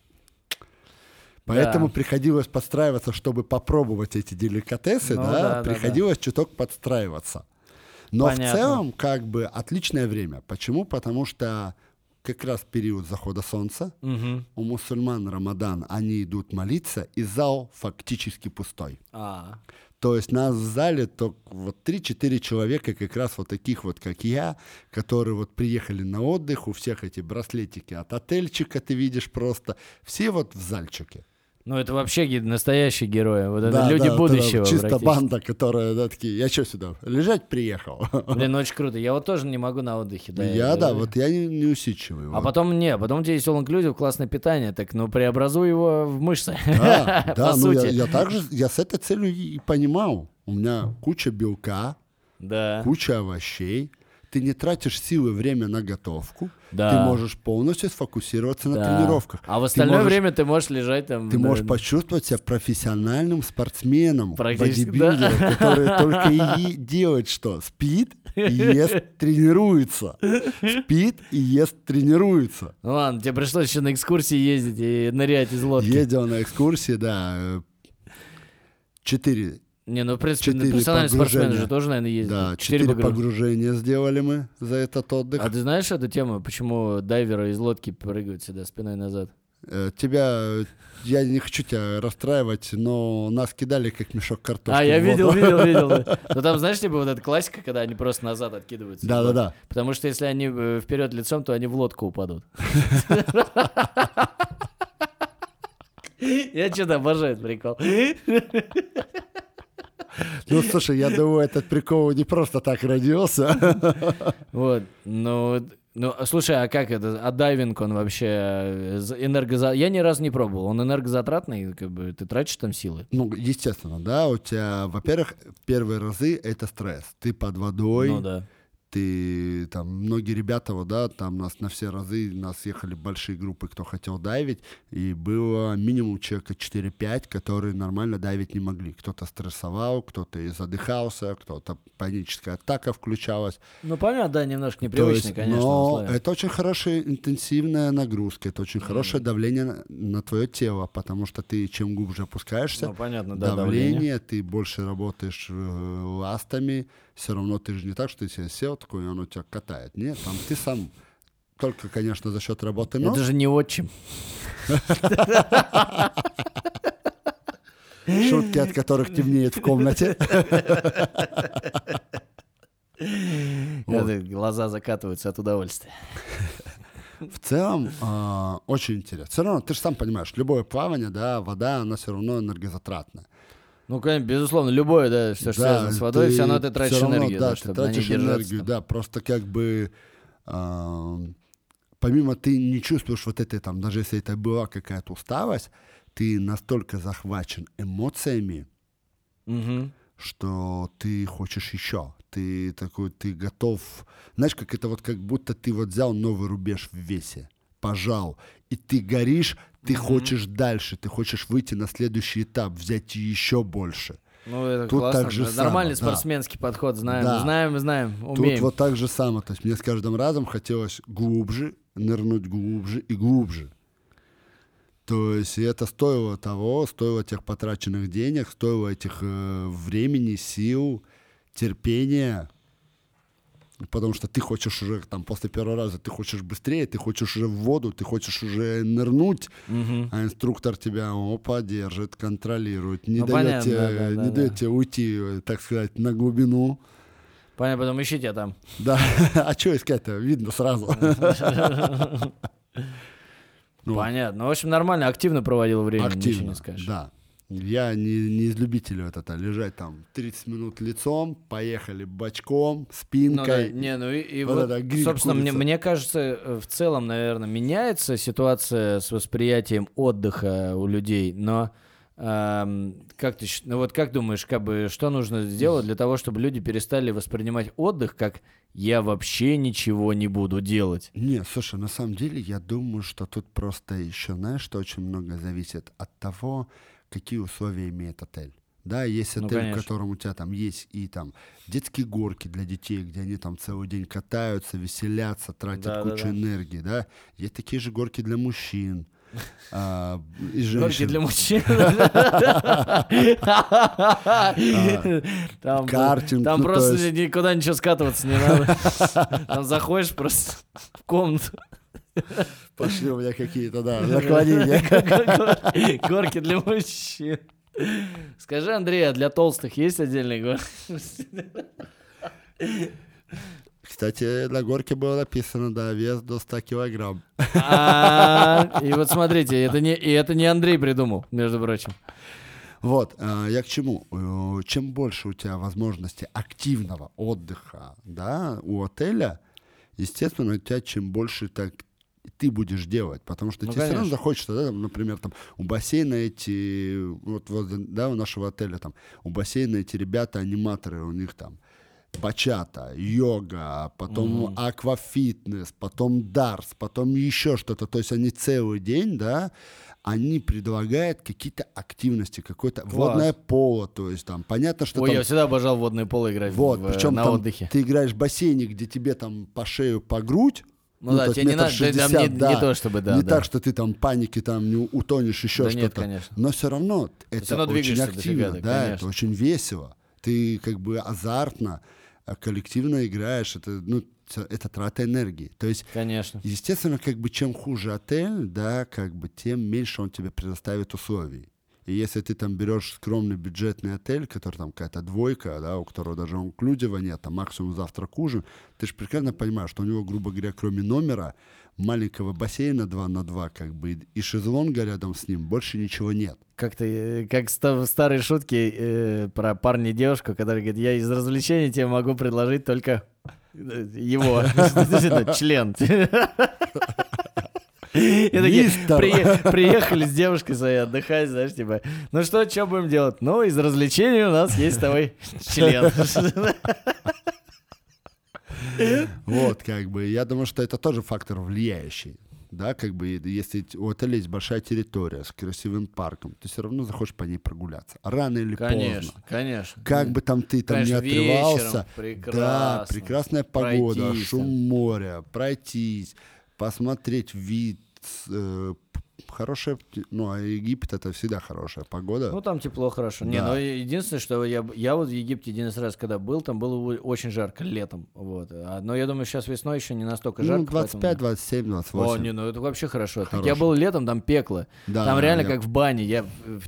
Поэтому да. приходилось подстраиваться, чтобы попробовать эти деликатесы, ну, да, да, приходилось да, да. чуток подстраиваться. Но понятно. В целом, как бы, отличное время. Почему? Потому что как раз период захода солнца. Мгм. У мусульман Рамадан, они идут молиться, и зал фактически пустой. А, То есть нас в зале только вот три-четыре человека, как раз вот таких вот, как я, которые вот приехали на отдых, у всех эти браслетики от отельчика ты видишь просто, все вот в зальчике. ну это вообще ге- настоящие герои. Вот это Да, люди да, вот будущего. это чисто практически. банда, которая, да, такие, я что сюда, лежать приехал? Блин, ну очень круто. Я вот тоже не могу на отдыхе. Да, Я, да, вот я не, не усидчивый. А вот. потом не, потом у тебя есть all inclusive, классное питание, так ну преобразуй его в мышцы. Да, да, По ну я, сути. я также, я с этой целью и понимал. У меня куча белка, Да. куча овощей. Ты не тратишь силы, время на готовку. Да. Ты можешь полностью сфокусироваться на Да. тренировках. А в Ты остальное можешь- время ты можешь лежать там. Ты да, можешь почувствовать себя профессиональным спортсменом, Практически, бодибилдером, который только и делает что? Спит и ест, тренируется. Спит и ест, тренируется. Ну ладно, тебе пришлось еще на экскурсии ездить и нырять из лодки. Ездил на экскурсии, да, э, четыре, Не, ну в принципе, четыре профессиональные спортсмены погружения. же тоже, наверное, ездят. да, Четыре четыре погружения. погружения сделали мы за этот отдых. А ты знаешь эту тему, почему дайверы из лодки прыгают всегда спиной назад? Э, Тебя, я не хочу тебя расстраивать, но нас кидали как мешок картошки. А, я в видел, воду. видел, видел. да. Ну там, знаешь, типа вот эта классика, когда они просто назад откидываются. Да-да-да. Потому что если они э, вперед лицом, то они в лодку упадут. Я что-то обожаю этот прикол. Ну, слушай, я думаю, этот прикол не просто так родился. Вот, ну, ну, слушай, а как это, а дайвинг, он вообще э, за- энергоза... Я ни разу не пробовал, он энергозатратный, как бы, ты тратишь там силы? Ну, естественно, да, у тебя, во-первых, первые разы это стресс. Ты под водой, Ну да. ты там, многие ребята, вот, да, там нас на все разы, нас ехали большие группы, кто хотел дайвить, и было минимум человека четыре-пять, которые нормально дайвить не могли. Кто-то стрессовал, кто-то и задыхался, кто-то паническая атака включалась. Ну, понятно, да, немножко То непривычно, есть, конечно, но условия. это очень хорошая интенсивная нагрузка, это очень хорошее давление на, на твое тело, потому что ты чем глубже опускаешься, Ну, понятно, да, давление, давление. ты больше работаешь э, ластами, все равно ты же не так, что ты себе сел такой, и оно тебя катает. Нет, там ты сам, только, конечно, за счет работы ног. Это же не отчим. Шутки, от которых темнеет в комнате. Это глаза закатываются от удовольствия. В целом, а, очень интересно. Все равно, ты же сам понимаешь, любое плавание, да, вода, она все равно энергозатратна. Ну, конечно, безусловно, любое, да, все, что связано с водой, все равно ты тратишь всё равно, энергию, да, да, ты чтобы на ней тратишь держаться. энергию, да, просто как бы а, помимо ты не чувствуешь вот этой там, даже если это была какая-то усталость, ты настолько захвачен эмоциями, Мгм. что ты хочешь еще. Ты такой, ты готов, знаешь, как это вот как будто ты вот взял новый рубеж в весе, пожал, и ты горишь, ты хочешь дальше, ты хочешь выйти на следующий этап, взять еще больше. Ну, это Тут классно. так же да. само, Нормальный да. спортсменский подход, знаем, Да. знаем, знаем, Тут умеем. вот так же самое, то есть мне с каждым разом хотелось глубже, нырнуть глубже и глубже. То есть и это стоило того, стоило тех потраченных денег, стоило этих э, времени, сил, терпения, потому что ты хочешь уже там после первого раза, ты хочешь быстрее, ты хочешь уже в воду, ты хочешь уже нырнуть, Мгм. а инструктор тебя опа, держит, контролирует, не, Ну, дает, понятно, тебе, да, да, не да, дает да. тебе уйти, э, так сказать, на глубину. Понятно, потом ищи тебя там. Да, а что искать-то? Видно сразу. Ну, Понятно. Ну, в общем, нормально, активно проводил время, ничего активно, не скажешь. да. Я не, не из любителей вот это, лежать там тридцать минут лицом, поехали бочком, Ну, да, спинкой. не, ну и, и Вот вот, это гриль, собственно, мне, курица. мне кажется, э, в целом, наверное, меняется ситуация с восприятием отдыха у людей, но эм, как ты, щ- ну вот как думаешь, как бы, что нужно сделать для того, чтобы люди перестали воспринимать отдых как «я вообще ничего не буду делать»? Не, слушай, на самом деле я думаю, что тут просто еще, знаешь, что очень много зависит от того, какие условия имеет отель. Да, есть Ну, отель, в конечно. котором у тебя там есть и там детские горки для детей, где они там целый день катаются, веселятся, тратят Да, да, кучу да. энергии, да. Есть такие же горки для мужчин а, и Горки женщин. для мужчин. Там Картинг, там ну, то просто есть- никуда ничего скатываться не надо. Там заходишь просто в комнату. Пошли у меня какие-то, да, наклонения. Горки для мужчин. Скажи, Андрей, а для толстых есть отдельные горки? Кстати, на горке было написано, да, вес до ста килограмм. А, и вот смотрите, это не, и это не Андрей придумал, между прочим. Вот, я к чему? Чем больше у тебя возможности активного отдыха, да, у отеля, естественно, у тебя чем больше так ты будешь делать, потому что ну, тебе все равно захочется, да, там, например, там у бассейна эти, вот, вот, да, у нашего отеля там, у бассейна эти ребята, аниматоры, у них там бачата, йога, потом mm-hmm. аквафитнес, потом дарс, потом еще что-то, то есть они целый день, да, они предлагают какие-то активности, какое-то Класс. водное поло, то есть там, понятно, что Ой, там... я всегда обожал водное поло играть вот, в, причем на там отдыхе. Ты играешь в бассейне, где тебе там по шею, по грудь, ну, ну да, тебе не надо, шестьдесят, там не, да, не то, чтобы, да. Не да. так, что ты там паники, там не утонешь, еще да что-то. Нет, конечно. Но все равно это все равно очень активно, дофига, да, да, это очень весело. Ты как бы азартно, коллективно играешь, это, ну, это трата энергии. То есть, конечно. Естественно, как бы чем хуже отель, да, как бы тем меньше он тебе предоставит условий. И если ты там берешь скромный бюджетный отель, который там какая-то двойка, да, у которого даже инклюзива нет, а максимум завтрак, ужин, ты же прекрасно понимаешь, что у него, грубо говоря, кроме номера, маленького бассейна два на два, как бы, и шезлонга рядом с ним, больше ничего нет. Как-то, как в старой шутке э, про парня и девушку, который говорит, я из развлечений тебе могу предложить только его, член. И такие, при, приехали с девушкой своей отдыхать, знаешь, типа, ну что, что будем делать? Ну, из развлечений у нас есть твой член. Вот, как бы, я думаю, что это тоже фактор влияющий. Да, как бы, если у отеля есть большая территория с красивым парком, ты все равно захочешь по ней прогуляться. Рано или конечно, поздно. Конечно, Как бы там ты там конечно, не отрывался. Вечером, да, прекрасная погода, пройтись, шум моря, пройтись, посмотреть вид, э, хорошая, ну, а Египет это всегда хорошая погода. Ну, там тепло, хорошо. Да. Не, ну, единственное, что я, я вот в Египте единственный раз, когда был, там было очень жарко летом, вот. Но я думаю, сейчас весной еще не настолько жарко. Ну, двадцать пять, двадцать семь, двадцать восемь. О, не, ну это вообще хорошо. хорошо. Так я был летом, там пекло. Да, там реально я... как в бане. Я,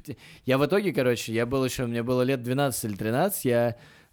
я в итоге, короче, я был еще, мне было лет двенадцать или тринадцать, я...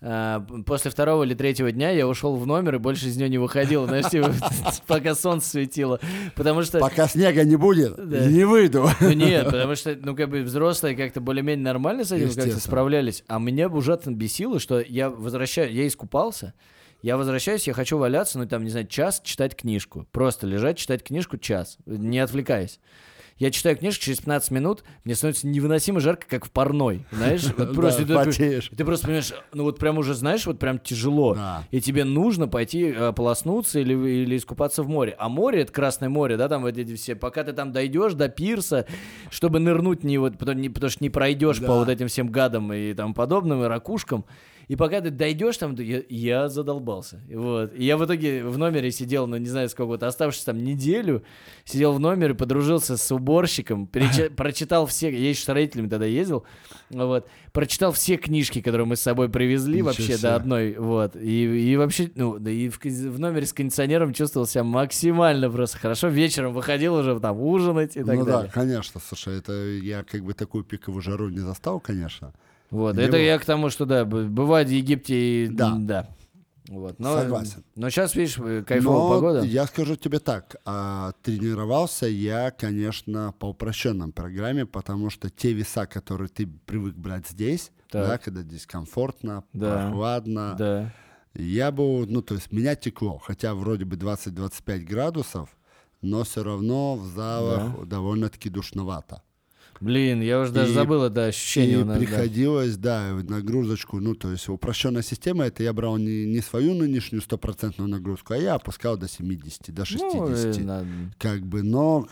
После второго или третьего дня я ушел в номер и больше из него не выходил, знаешь, типа, пока солнце светило, потому что... Пока снега не будет, да. не выйду. Ну нет, потому что, ну, как бы взрослые как-то более-менее нормально с этим как-то справлялись, а меня ужасно бесило, что я возвращаюсь, я искупался, я возвращаюсь, я хочу валяться, ну, там, не знаю, час читать книжку, просто лежать, читать книжку час, не отвлекаясь. Я читаю книжку, через пятнадцать минут мне становится невыносимо жарко, как в парной, знаешь? Вот просто, да, ты, ты просто понимаешь, ну вот прям уже, знаешь, вот прям тяжело. Да. И тебе нужно пойти ополоснуться или, или искупаться в море. А море, это Красное море, да, там вот эти все, пока ты там дойдешь до пирса, чтобы нырнуть, не, вот, потому, не, потому что не пройдешь да. по вот этим всем гадам и там подобным, и ракушкам. И пока ты дойдешь там, я, я задолбался. Вот. И я в итоге в номере сидел, ну, не знаю, сколько-то, оставшись там неделю, сидел в номере, подружился с уборщиком, переч... прочитал все, я еще с родителями тогда ездил, вот, прочитал все книжки, которые мы с собой привезли. Ничего вообще себе. До одной, вот. И, и вообще, ну, да и в, в номере с кондиционером чувствовал себя максимально просто хорошо. Вечером выходил уже там ужинать и так ну, далее. Ну да, конечно, слушай, это я как бы такую пиковую жару не застал, конечно. Вот, это я к тому, что, да, бывает в Египте, и, да. да. Вот, но, согласен. Но сейчас, видишь, кайфовая но погода. Я скажу тебе так, а, тренировался я, конечно, по упрощенной программе, потому что те веса, которые ты привык брать здесь, да, когда здесь комфортно, да. прохладно, да. я бы, ну, то есть меня текло, хотя вроде бы двадцать-двадцать пять градусов, но все равно в залах да. довольно-таки душновато. Блин, я уже даже и, забыл это ощущение. И у нас, приходилось, да. да, нагрузочку, ну, то есть упрощенная система, это я брал не, не свою нынешнюю стопроцентную нагрузку, а я опускал до семидесяти, до шестидесяти. Ну, как бы, но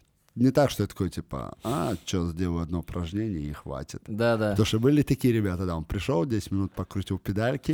не так, что я такой, типа, а, что, сделаю одно упражнение и хватит. Да, да. Потому что были такие ребята, да, он пришел, десять минут покрутил педальки,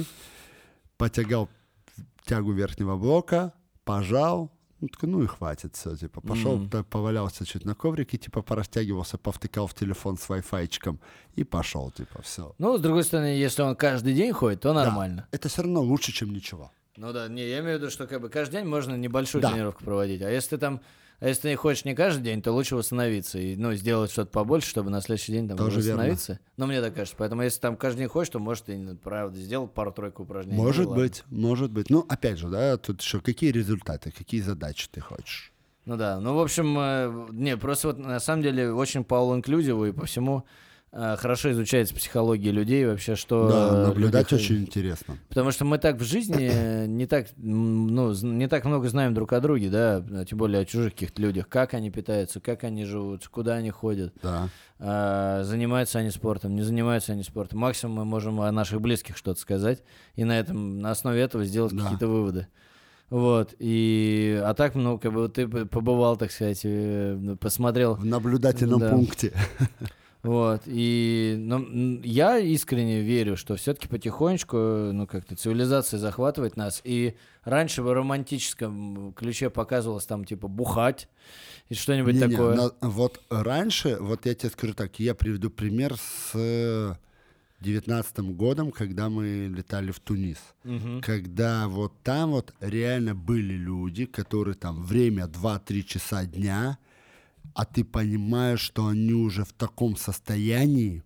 потягал тягу верхнего блока, пожал, ну, такой, ну и хватит, все, типа, пошел, mm. повалялся чуть на коврике, типа, порастягивался, повтыкал в телефон с вай-файчиком и пошел, типа, все. Ну, с другой стороны, если он каждый день ходит, то нормально. Да, это все равно лучше, чем ничего. Ну да, не, я имею в виду, что как бы каждый день можно небольшую Да. тренировку проводить. А если ты там, а если ты не хочешь не каждый день, то лучше восстановиться и, ну, сделать что-то побольше, чтобы на следующий день там Тоже восстановиться. Ну, мне так кажется. Поэтому если там каждый день хочешь, то, может, и правда сделал пару-тройку упражнений. Может Ну, ладно. быть, может быть. Ну, опять же, да, тут еще какие результаты, какие задачи ты хочешь. Ну да, ну, в общем, э, не, просто вот на самом деле очень по all-inclusive и по всему э, хорошо изучается психология людей вообще, что... Да, э, наблюдать люди- очень интересно. Потому что мы так в жизни э, не так, м, ну, з- не так много знаем друг о друге, да, а тем более о чужих каких-то людях, как они питаются, как они живут, куда они ходят, Да. а, занимаются они спортом, не занимаются они спортом. Максимум мы можем о наших близких что-то сказать и на этом, на основе этого сделать Да. какие-то выводы. Вот, и, а так, ну, как бы вот ты п- побывал, так сказать, э, посмотрел, В наблюдательном Да. пункте. вот, и ну, м, я искренне верю, что все-таки потихонечку, ну, как-то цивилизация захватывает нас, и раньше в романтическом ключе показывалось там, типа, бухать и что-нибудь Не-не, такое. на- вот раньше, вот я тебе скажу так, я приведу пример с девятнадцатым годом, когда мы летали в Тунис. Мгм. Когда вот там вот реально были люди, которые там время два-три часа дня, а ты понимаешь, что они уже в таком состоянии,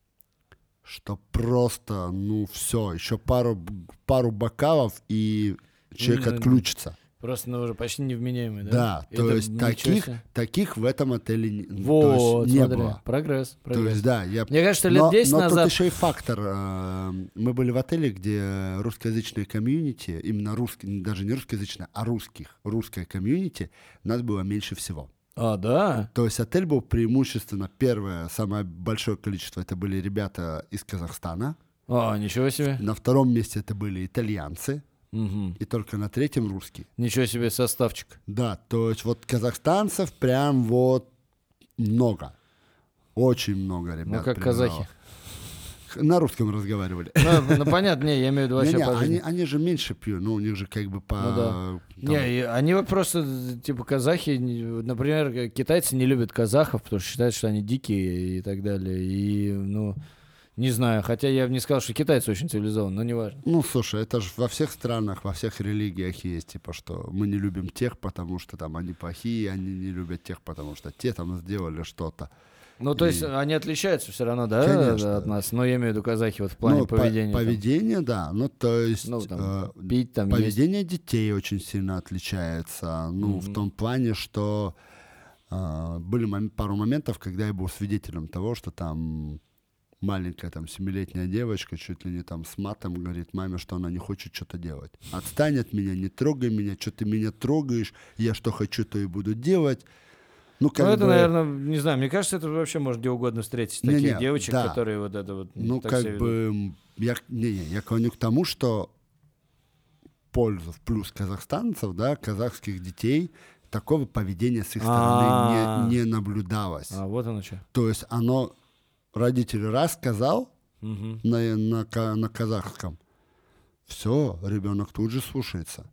что просто, ну все, еще пару, б- пару бокалов, и человек М, отключится. Просто, ну, уже почти невменяемый, да? Да, то Это есть ничего таких, себе. таких в этом отеле не, то Вот, есть не смотри, было. прогресс, То прогресс. есть, да, я... Мне кажется, лет но, десять но назад... тут еще и фактор. э, Мы были в отеле, где русскоязычное комьюнити, именно русский, даже не русскоязычное, а русских, русское комьюнити, нас было меньше всего. А, да? То есть отель был преимущественно первое, самое большое количество, это были ребята из Казахстана. А, ничего себе. На втором месте это были итальянцы, Мгм. и только на третьем русские. Ничего себе составчик. Да, то есть вот казахстанцев прям вот много. Очень много ребят. Ну, как приезжало. казахи. Х- На русском разговаривали. Ну, ну, понятно, не, я имею в виду вообще Не-не, по жизни. они, они же меньше пьют, ну у них же как бы по... Ну да. там- Не, и они вот просто, типа, казахи, не- например, китайцы не любят казахов, потому что считают, что они дикие и так далее. И, ну, не знаю, хотя я бы не сказал, что китайцы очень цивилизованы, но неважно. Ну, слушай, это же во всех странах, во всех религиях есть, типа, что мы не любим тех, потому что там они плохие, они не любят тех, потому что те там сделали что-то. Ну, то есть И- они отличаются все равно, да, Конечно. от нас? Но я имею в виду казахи вот в плане Ну, по- поведения. там. поведение, да. Ну, то есть Ну, там, э, пить там есть. поведение детей очень сильно отличается. Ну, в Мгм. том плане, что э, были мом- пару моментов, когда я был свидетелем того, что там маленькая там семилетняя девочка чуть ли не там с матом говорит маме, что она не хочет что-то делать. Отстань от меня, не трогай меня, что ты меня трогаешь, я что хочу, то и буду делать. Ну, как Ну, это, бы, наверное, не знаю, мне кажется, это вообще можно где угодно встретить. Не-не, Таких девочек, да. которые вот это вот... ну, так как себя ведут. бы, м, я, не, не, я клоню к тому, что пользу в плюс казахстанцев, да, казахских детей, такого поведения с их стороны А. не, не наблюдалось. А, вот оно что. То есть оно, родитель раз сказал на, на, ка- на казахском, все, ребенок тут же слушается.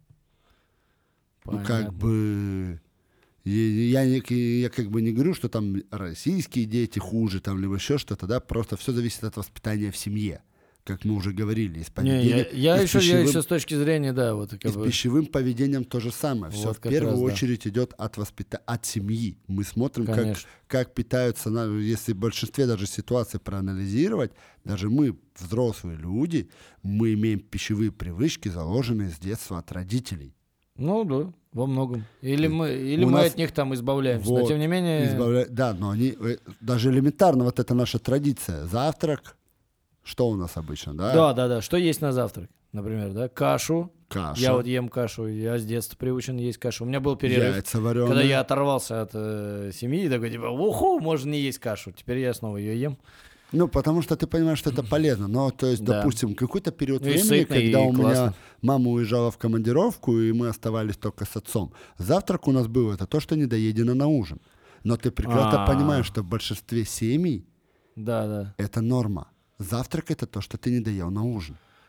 Ну, как бы, и я, не- я как бы не говорю, что там российские дети хуже, там, либо еще что-то, да, просто все зависит от воспитания в семье, как мы уже говорили, из Не, поведения. я, я и с еще, я пищевым- еще с точки зрения, да, вот как и с бы... пищевым поведением то же самое. Все Вот в как первую раз, да. очередь идет от воспита... от семьи. Мы смотрим, как, Конечно. как питаются, на- если в большинстве даже ситуаций проанализировать, даже мы, взрослые люди, мы имеем пищевые привычки, заложенные с детства от родителей. Ну, да, во многом. Или мы, или У мы нас- от них там избавляемся. Но Вот, тем не менее... Избавля- Да, но они э, даже элементарно, вот это наша традиция. Завтрак, что у нас обычно, да? Да, да, да. Что есть на завтрак, например, да? Кашу. Каша, Я вот ем кашу, я с детства приучен есть кашу. У меня был перерыв, яйца вареные. когда я оторвался от э, семьи, и такой, типа, уху, можно не есть кашу. Теперь я снова ее ем. Ну, потому что ты понимаешь, что это полезно. Но, то есть, Да. допустим, какой-то период Ну и времени, сытно, и когда у меня классно. мама уезжала в командировку, и мы оставались только с отцом. Завтрак у нас был это то, что недоедено на ужин. Но ты прекрасно А. понимаешь, что в большинстве семей Да, да. это норма. Завтрак это то, что ты не доел на ужин.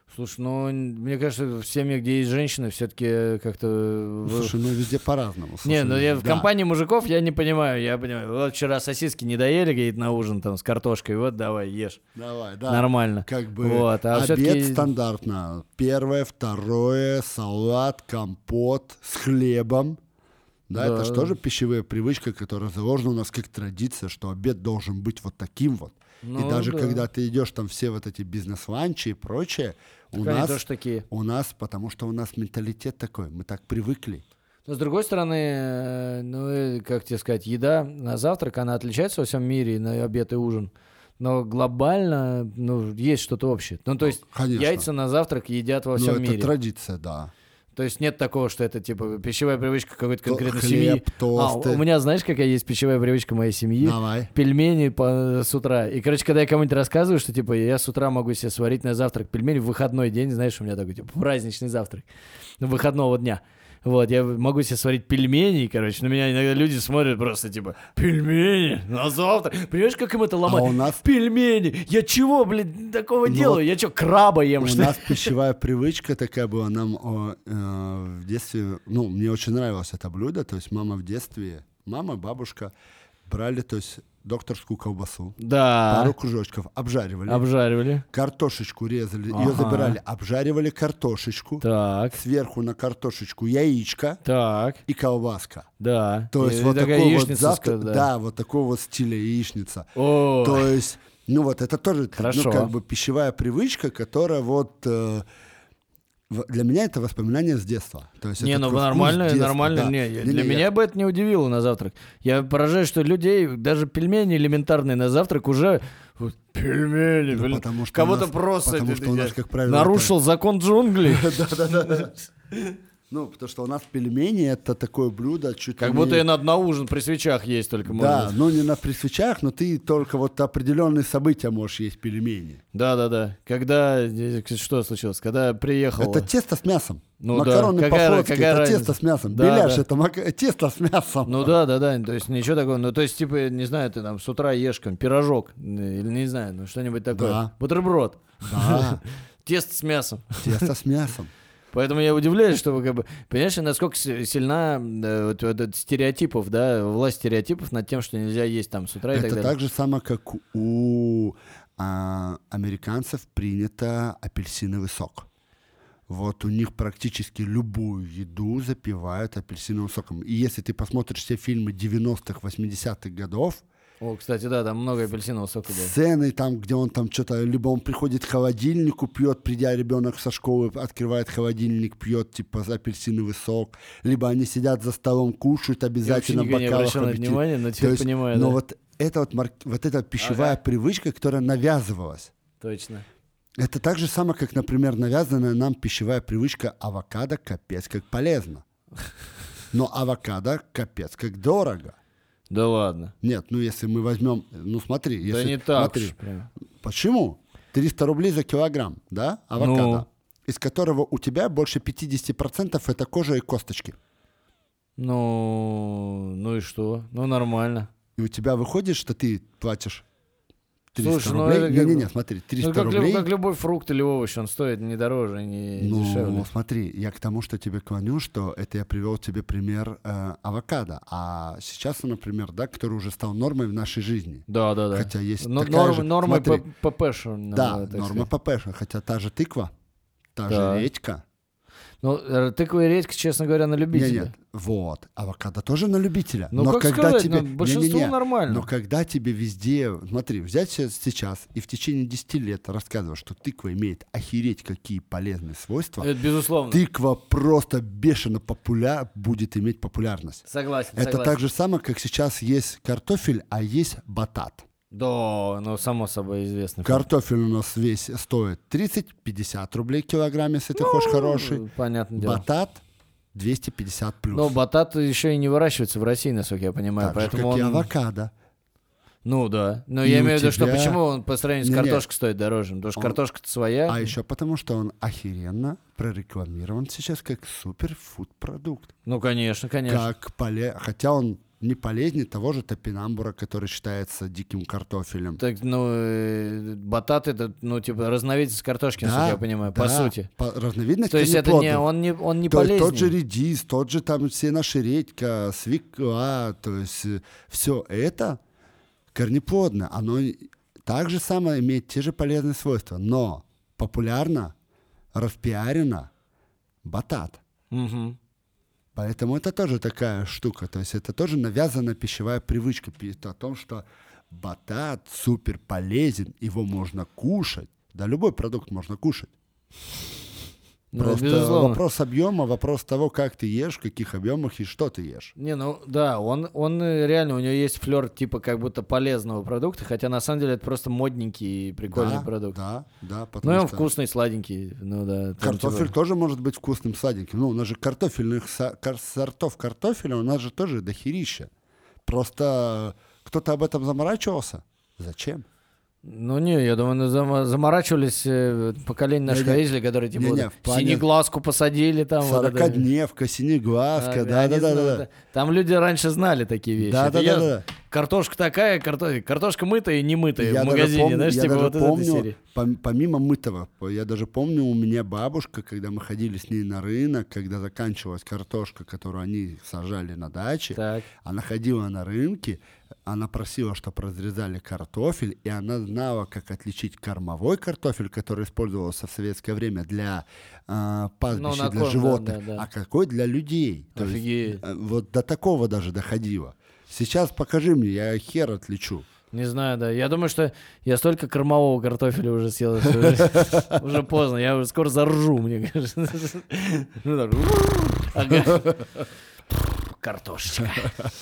Слушай, ну, мне кажется, в семьях, где есть женщины, все-таки как-то... Слушай, ну везде по-разному. Слушай, не, ну я да. в компании мужиков я не понимаю. Я понимаю, вот вчера сосиски не доели, говорит, на ужин там с картошкой, вот давай, ешь. Давай, да. Нормально. Как бы вот, а обед все-таки... стандартно. Первое, второе, салат, компот с хлебом. Да, Да. это же тоже пищевая привычка, которая заложена у нас как традиция, что обед должен быть вот таким вот. Ну, и даже да. когда ты идешь там все вот эти бизнес-ланчи и прочее, у Так они нас, тоже такие. у нас, потому что у нас менталитет такой, мы так привыкли. Но с другой стороны, э, ну, э, как тебе сказать, еда на завтрак, она отличается во всем мире, и на обед и ужин. Но глобально, ну, есть что-то общее. Ну, то есть Конечно. яйца на завтрак едят во Ну, всем это мире. традиция, да. То есть нет такого, что это типа пищевая привычка какой-то То- конкретной хлеб, семьи. А, тосты. у меня, знаешь, какая есть пищевая привычка моей семьи? Давай. Пельмени по, с утра. И, короче, когда я кому-нибудь рассказываю, что, типа, я с утра могу себе сварить на завтрак пельмени в выходной день, знаешь, у меня такой, типа, праздничный завтрак выходного дня. Вот, я могу себе сварить пельмени, и, короче, на меня иногда люди смотрят просто, типа, пельмени на завтрак. Понимаешь, как им это ломать? А у нас- Пельмени! Я чего, блин, такого Ну, делаю? Я что, краба ем, У что ли? нас пищевая привычка такая была, нам о, э, в детстве, ну, мне очень нравилось это блюдо, то есть мама в детстве, мама, бабушка брали, то есть докторскую колбасу, Да, пару кружочков, обжаривали, обжаривали. картошечку резали, ее Ага. забирали, обжаривали картошечку, Так, сверху на картошечку яичко так, и колбаска. да. То есть И вот такая такой вот яичница, завтрак, да. да, вот такого вот стиля яичница. О, То есть, ну вот это тоже, Хорошо. ну как бы пищевая привычка, которая вот э, в- для меня это воспоминание с детства. То есть не, это ну такой вкус нормально, детства, нормально. да. Не, я- Не-не, для я- меня бы это не удивило на завтрак. Я поражаюсь, что людей, даже пельмени элементарные на завтрак уже... вот, пельмени, Ну, блин. потому что у Кого-то нас- просто потому это- что у нас, это- как правило, нарушил закон джунглей. Да-да-да. Ну, потому что у нас пельмени это такое блюдо чуть Как ли будто не- и надо на ужин при свечах есть только Да, можно. ну не на при свечах, но ты только вот определенные события можешь есть пельмени. Да-да-да. Когда... э, Что случилось? Когда приехал... Это тесто с мясом. Ну Макароны да, какая- по-флотски, какая это разница? тесто с мясом. Да, Беляш да. это мак- тесто с мясом. Ну да, да, да, то есть ничего такого, ну то есть типа, не знаю, ты там с утра ешь там пирожок, э, или не знаю, ну что-нибудь такое, Да. бутерброд, Да, тесто с мясом. тесто с мясом. Поэтому я удивляюсь, что вы как бы, понимаешь, насколько с- сильна э, вот, вот этот стереотипов, да, власть стереотипов над тем, что нельзя есть там с утра и так Это далее. так же самое, как у а, американцев принято апельсиновый сок. Вот у них практически любую еду запивают апельсиновым соком. И если ты посмотришь все фильмы девяностых, восьмидесятых годов, О, кстати, да, там много апельсинового сока, да. сцены там, где он там что-то, либо он приходит к холодильнику, пьет, придя ребенок со школы, открывает холодильник, пьет типа апельсиновый сок, либо они сидят за столом, кушают Я вообще обязательно в никогда не бокалах обращал на это апельсин. внимание, но То теперь есть, понимаю, но да. вот это вот, марк- вот эта пищевая Ага. привычка, которая навязывалась. Точно. Это так же самое, как, например, навязанная нам пищевая привычка авокадо капец как полезно. Но авокадо капец как дорого. Да ладно. Нет, ну если мы возьмем, ну смотри, если, Да не так смотри, уж прям. почему? триста рублей за килограмм, да, авокадо, Ну. из которого у тебя больше пятьдесят процентов это кожа и косточки. Ну, ну и что? Ну нормально. И у тебя выходит, что ты платишь триста Слушай, ну рублей. это как Не-не-не, бы- смотри, Ну, триста как, лю- рублей. как любой фрукт или овощ, он стоит не дороже, не Ну, дешевле. смотри, я к тому, что тебе клоню, что это я привел тебе пример э, авокадо. А сейчас, например, да, который уже стал нормой в нашей жизни. Да, да, да. Хотя есть Но- такая норм- же- нормы смотри, П- ППШ. ну, Да, так норма сказать. ПП, хотя та же тыква, та Да. же редька. Ну, э, тыква и редька, честно говоря, на Нет, любителя. нет, вот. Авокадо тоже на любителя. Ну, но как когда сказать, тебе... ну, большинству Не-не-не. нормально. Но когда тебе везде... Смотри, взять се- сейчас и в течение десяти лет рассказывать, что тыква имеет охереть какие полезные свойства, Это безусловно. тыква просто бешено популя... будет иметь популярность. Согласен, Это согласен. так же самое, как сейчас есть картофель, а есть батат. Да, ну, само собой известно. Картофель у нас весь стоит тридцать-пятьдесят рублей килограмм, если ты хочешь хороший. Ну, понятное дело. Батат двести пятьдесят плюс. Но батат еще и не выращивается в России, насколько я понимаю. Так же, поэтому как и он... авокадо. Ну да. Но И я у имею в виду, что тебя- почему он по сравнению с Не-не. картошкой стоит дороже? Потому что Он- картошка-то своя. А еще потому, что он охеренно прорекламирован сейчас как суперфуд продукт. Ну, конечно, конечно. Как поле... Хотя он не полезнее того же топинамбура, который считается диким картофелем. Так, ну, э, батат это, ну, типа, разновидность картошки, Да, насколько я понимаю, да, по сути. по- разновидность То есть это не, он не, он не То есть полезнее. тот же редис, тот же там все наши редька, свекла, то есть все это корнеплодно. Оно так же самое имеет те же полезные свойства, но популярно, распиарено батат. Мгм. Поэтому это тоже такая штука. То есть это тоже навязанная пищевая привычка. О том, что батат супер полезен, его можно кушать. Да, любой продукт можно кушать. Ну, Просто безусловно. вопрос объема, вопрос того, как ты ешь, в каких объемах и что ты ешь. Не, ну да, он, он э, реально, у него есть флер типа как будто полезного продукта, хотя на самом деле это просто модненький и прикольный да, продукт. Да, да. Ну Потому и он что вкусный, сладенький. Ну да. там картофель типа- тоже может быть вкусным, сладеньким. Ну, у нас же картофельных со- кар- сортов картофеля у нас же тоже дохерища. Просто кто-то об этом заморачивался? Зачем? Ну не, я думаю, ну, зам- заморачивались э, поколение наших Не-не. родителей, которые типа Не-не, вот в плане- синеглазку посадили там. вот это. Сорокодневка, синеглазка, Ага, они да-да-да. знают, Там люди раньше знали такие вещи. Это Да-да-да. я- да. Картошка такая, карто- картошка мытая и не мытая Я в даже магазине, помню- знаешь, я типа даже вот из этой помню, серии. пом- помимо мытого, я даже помню, у меня бабушка, когда мы ходили с ней на рынок, когда заканчивалась картошка, которую они сажали на даче, Так. она ходила на рынке, она просила, чтобы разрезали картофель, и она знала, как отличить кормовой картофель, который использовался в советское время для э, пастбища, Ну, на для корм, животных, да, да, да. а какой для людей. То есть, Офигеть. э, вот до такого даже доходило. Сейчас покажи мне, я хер отличу. Не знаю, да. Я думаю, что я столько кормового картофеля уже съел, что уже, уже поздно. Я уже скоро заржу, мне кажется. Ну так. Ага. Картошечка.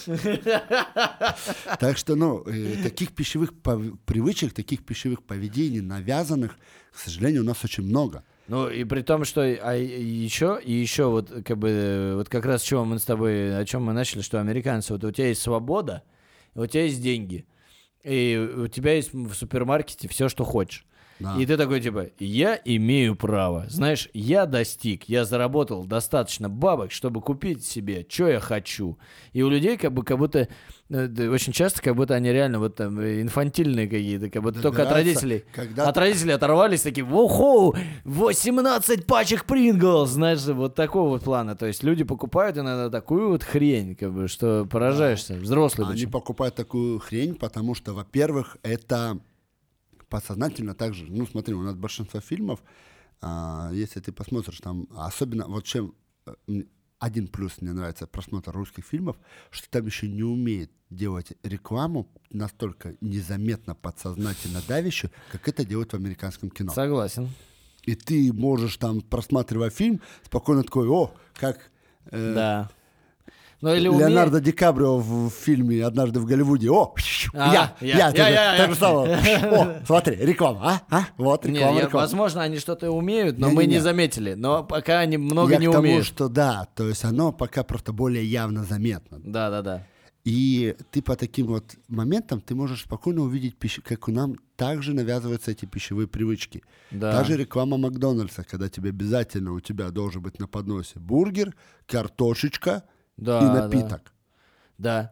Так что, ну, э, таких пищевых пов- привычек, таких пищевых поведений, навязанных, к сожалению, у нас очень много. Ну и при том, что а еще и еще вот как бы вот как раз чего мы с тобой, о чем мы начали, что американцы, вот у тебя есть свобода, у тебя есть деньги, и у тебя есть в супермаркете все, что хочешь. Да. И ты такой типа, я имею право, знаешь, я достиг, я заработал достаточно бабок, чтобы купить себе, что я хочу. И у людей как бы как будто, э, да, очень часто как будто они реально вот там э, инфантильные какие-то, как будто только от Добираются, родителей. когда- От родителей оторвались, такие, воу-хоу, восемнадцать пачек Принглс, знаешь, вот такого вот плана. То есть люди покупают иногда такую вот хрень, как бы, что поражаешься, взрослый Они причем. покупают такую хрень, потому что, во-первых, это подсознательно также. Ну, смотри, у нас большинство фильмов, а, если ты посмотришь там, особенно, вот чем э, м, один плюс мне нравится просмотр русских фильмов, что там еще не умеет делать рекламу настолько незаметно, подсознательно давящую, как это делают в американском кино. Согласен. И ты можешь там, просматривая фильм, спокойно такой, о, как э, Да. Ну или умеет- Леонардо Ди Каприо в, в фильме «Однажды в Голливуде». О, А, я, я, я, я, ты я, же я. так же самое. О, смотри, реклама, а? а? Вот Не, реклама, я- реклама. возможно, они что-то умеют, но Не-не-не. мы не заметили. Но пока они много Я не к тому, умеют. что да, то есть оно пока просто более явно заметно. Да, да, да. И ты по таким вот моментам ты можешь спокойно увидеть, пищ- как у нам также навязываются эти пищевые привычки. Да. Даже реклама Макдональдса, когда тебе обязательно у тебя должен быть на подносе бургер, картошечка Да, и да. напиток. Да.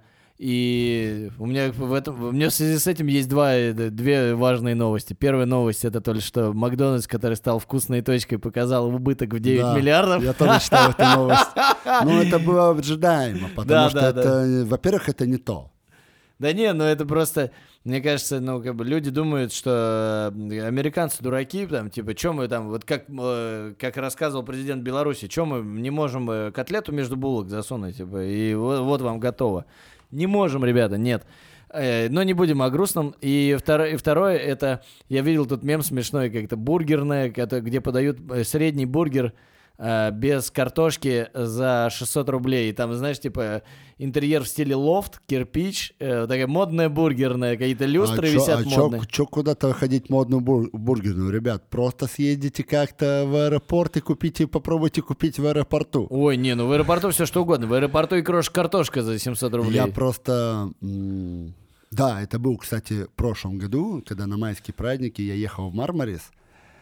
И у меня в этом, у меня в связи с этим есть два, э, две важные новости. Первая новость — это то, ли, что Макдональдс, который стал вкусной точкой, показал убыток в девять Да, миллиардов. Я тоже читал эту новость. Но это было ожидаемо, потому Да, что да, это, во-первых, это не то. Да не, ну это просто, мне кажется, ну как бы люди думают, что э, американцы дураки, там, типа, что мы там, вот как, э, как рассказывал президент Беларуси, что мы не можем э, котлету между булок засунуть, типа, и вот, вот вам готово. Не можем, ребята, нет. Э, но не будем о грустном. И второе, и второе, это, я видел тут мем смешной, как-то бургерное, это, где подают э, средний бургер э, без картошки за шестьсот рублей. И там, знаешь, типа интерьер в стиле лофт, кирпич, э, такая модная бургерная, какие-то люстры а чё- висят а чё- модные. чё куда-то ходить в модную бур- бургерную, ребят? Просто съездите как-то в аэропорт и купите, попробуйте купить в аэропорту. Ой, не, ну в аэропорту все что угодно. В аэропорту и крошка-картошка за семьсот рублей. Я просто... м, Да, это был, кстати, в прошлом году, когда на майские праздники я ехал в Мармарис.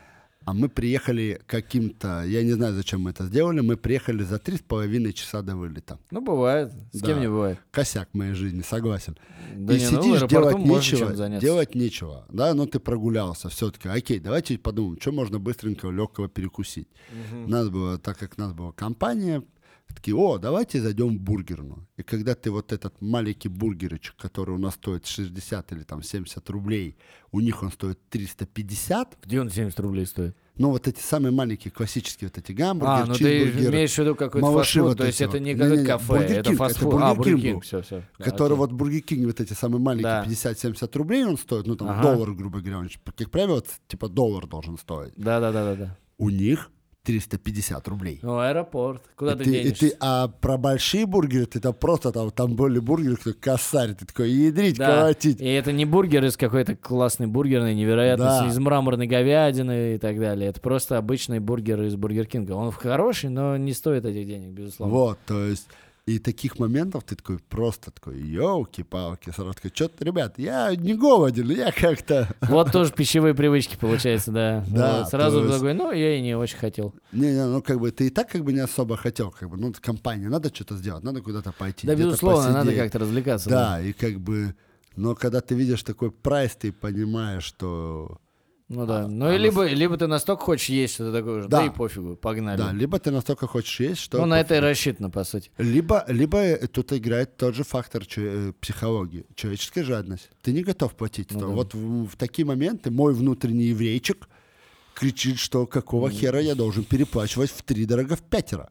А мы приехали каким-то, я не знаю, зачем мы это сделали, мы приехали за три с половиной часа до вылета. Ну, бывает. С Да. кем не бывает. Косяк в моей жизни, согласен. Да И не, ну, в сидишь, аэропорту делать можно нечего, чем заняться. делать нечего, да, но ты прогулялся все-таки. Окей, давайте подумаем, что можно быстренького, легкого перекусить. Мгм. Надо было, так как у нас была компания, такие, о, давайте зайдем в бургерную. И когда ты вот этот маленький бургерочек, который у нас стоит шестьдесят или там семьдесят рублей, у них он стоит триста пятьдесят, Где он семьдесят рублей стоит? ну вот эти самые маленькие классические вот эти гамбургеры, А, ну ты чизбургеры, имеешь в виду какой-то малыши фастфуд, вот то есть эти это вот. не какое-то Не-не-не, кафе, Бургер это Кинг, фастфуд. это А, Бургер Бургер Кинг Кинг, был, все, все. который вот Бургер Кинг, вот эти самые маленькие, Да. пятьдесят-семьдесят рублей он стоит, ну там Ага. доллар, грубо говоря, он, как правило, ц- типа доллар должен стоить. Да-да-да-да. У них триста пятьдесят рублей. Ну, аэропорт. Куда И ты ты, и денешься? ты, а про большие бургеры, ты там просто там, там были бургеры, кто косарь, ты такой, ядрить, Да, колотить. и это не бургер из какой-то классной бургерной, невероятно, Да. из мраморной говядины и так далее. Это просто обычный бургер из Бургер Кинга. Он хороший, но не стоит этих денег, безусловно. Вот, то есть, и таких моментов ты такой просто такой, елки-палки, сразу такой, что-то, ребят, я не голоден, я как-то... Вот тоже пищевые привычки, получается, да. Да, Вот, сразу то есть- такой, ну, я и не очень хотел. Не-не, ну как бы ты и так как бы не особо хотел, как бы, ну компания, надо что-то сделать, надо куда-то пойти. Да, где-то безусловно, надо посидеть. как-то развлекаться. Да, и как бы, но когда ты видишь такой прайс, ты понимаешь, что... Ну да. Ну а и на либо, либо ты настолько хочешь есть что-то такое уже, да, Да. и пофигу, погнали. Да, либо ты настолько хочешь есть, что... Ну, на это и пофиг. рассчитано, по сути. Либо, либо э, тут играет тот же фактор че- э, психологии, человеческая жадность. Ты не готов платить. Ну что. да. Вот в, в такие моменты мой внутренний еврейчик кричит, что какого хера я должен переплачивать втридорого, в пятеро.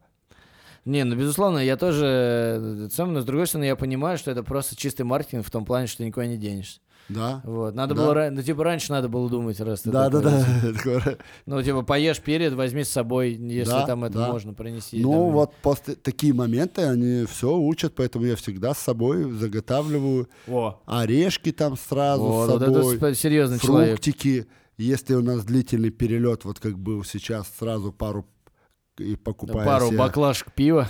Не, ну, безусловно, я тоже... э, Сам, но с другой стороны, я понимаю, что это просто чистый маркетинг в том плане, что ты никуда не денешься. Да? Вот. Надо Да. было... ра- Ну, типа, раньше надо было думать, раз ты Да, да, такой, да. Ну, типа, поешь перед, возьми с собой, если Да, там это да. можно принести. Ну, там. вот после такие моменты, они все учат, поэтому я всегда с собой заготавливаю О, орешки там сразу вот, с вот это собой, сп- серьезный человек. фруктики. Если у нас длительный перелет, вот как был сейчас, сразу пару и покупаю Пару себе- баклажек пива,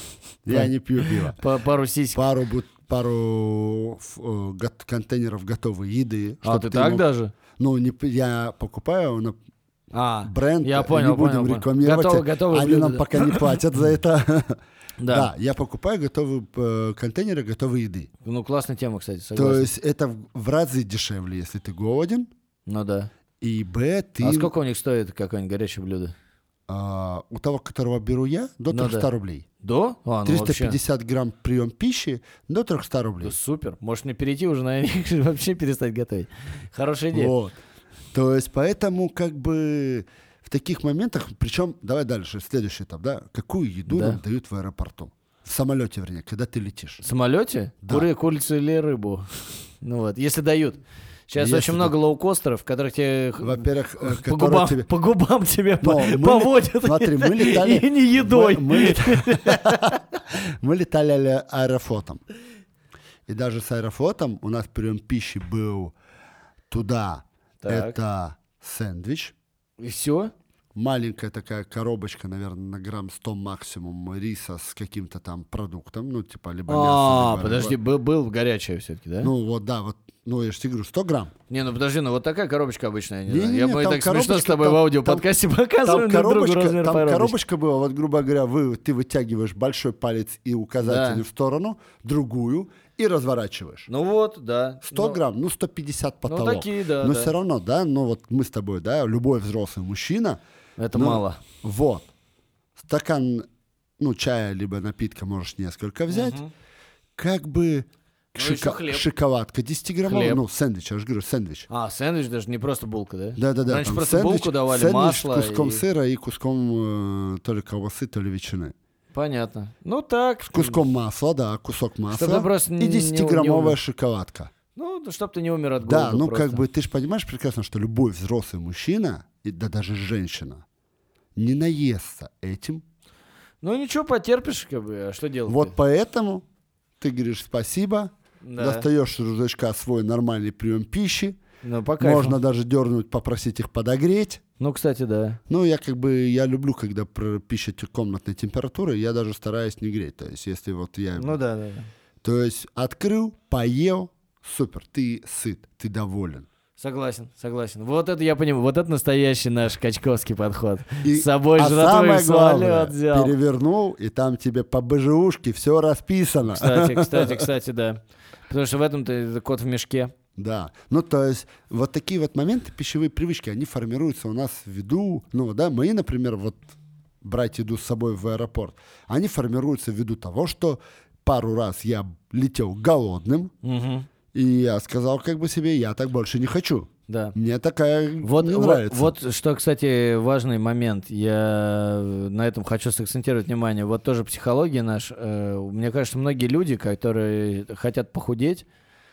Я не пью пиво. па- пару сисек. Пару, бут- пару ф- э, гот- контейнеров готовой еды. А, чтоб ты так мог- даже? Ну, не, п- я покупаю на А, бренд, я понял, не будем понял, понял. рекламировать. Готовы- готовые Они блюда, нам да. пока не платят за это. да. Да, я покупаю готовые э, контейнеры готовой еды. Ну, классная тема, кстати, То согласен. есть это в, в разы дешевле, если ты голоден. Ну да. И б, ты А сколько у них стоит какое-нибудь горячее блюдо? а, у того, которого беру я, до Ну трехсот да. рублей. До? А, ну триста вообще. пятьдесят грамм прием пищи до трехсот рублей. Да супер. Может мне перейти уже на них и вообще перестать готовить. Хорошая идея. Вот. То есть поэтому как бы в таких моментах, причем, давай дальше, следующий этап, да, какую еду Да. нам дают в аэропорту? В самолете, вернее, когда ты летишь. В самолете? Да. Куры, курицу или рыбу? Ну вот, если дают. Сейчас Если очень да- много лоукостеров, которых тебе х- Во-первых, э, по которые губам, тебе... по губам тебе Но по- мы лет- поводят. смотри, мы летали- И не едой. Мы, мы лет- мы летали аэ- аэрофлотом. И даже с аэрофлотом у нас прием пищи был туда. Так. Это сэндвич. И все? Маленькая такая коробочка, наверное, на грамм сто максимум риса с каким-то там продуктом. Ну, типа, либо мясо, А, либо подожди, рыба. был, был горячее все-таки, да? Ну, вот, да, вот. Ну, я же тебе говорю, сто грамм. Не, ну подожди, ну вот такая коробочка обычная, я не Не-не-не, знаю. Я бы там так смешно с коробочка, тобой в там- аудиоподкасте Там показываем друг другу коробочка, размер там коробочки. коробочка была, вот, грубо говоря, вы, ты вытягиваешь большой палец и указательный Да. в сторону, другую, и разворачиваешь. Ну вот, да. сто Ну, грамм, ну, сто пятьдесят Ну потолок. такие, да, Но да. все равно, да, ну вот мы с тобой, да, любой взрослый мужчина, Это ну, мало. вот, стакан, ну, чая, либо напитка можешь несколько взять, Мгм. как бы Ну, еще шоко- хлеб. шоколадка десятиграммовая, Хлеб. ну, сэндвич, я же говорю, сэндвич. А, сэндвич даже не просто булка, да? Да-да-да. Раньше там просто сэндвич- булку давали, сэндвич масло. с куском и- сыра и куском э, то ли колбасы, то ли ветчины. Понятно. Ну так. С куском масла, да, кусок масла. Чтобы ты просто не- и не- десятиграммовая не- шоколадка. Ну, чтоб ты не умер от голода. Да, ну просто. как бы ты же понимаешь прекрасно, что любой взрослый мужчина, и да даже женщина, не наестся этим. Ну ничего, потерпишь, как бы, а что делать? Вот поэтому ты говоришь спасибо, Да. достаешь с рюкзачка свой нормальный прием пищи, Ну, по кайфу. можно даже дернуть, попросить их подогреть. Ну, кстати, да. Ну, я как бы, я люблю, когда про- пища те- комнатной температуры, я даже стараюсь не греть. То есть, если вот я... Ну да, да, да. То есть, открыл, поел, супер, ты сыт, ты доволен. Согласен, согласен. Вот это я понимаю, вот это настоящий наш качковский подход. И, С собой а жратву самое в самолет главное, взял. перевернул, и там тебе по БЖУшке все расписано. Кстати, кстати, кстати, да. Потому что в этом-то это кот в мешке. Да, ну то есть вот такие вот моменты, пищевые привычки, они формируются у нас ввиду, ну да, мои, например, вот брать еду с собой в аэропорт, они формируются ввиду того, что пару раз я летел голодным, Угу. и я сказал как бы себе, я так больше не хочу. Да. Мне такая Вот, не вот, нравится. вот что, кстати, важный момент. Я на этом хочу сакцентировать внимание. Вот тоже психология наша. Э, мне кажется, многие люди, которые хотят похудеть,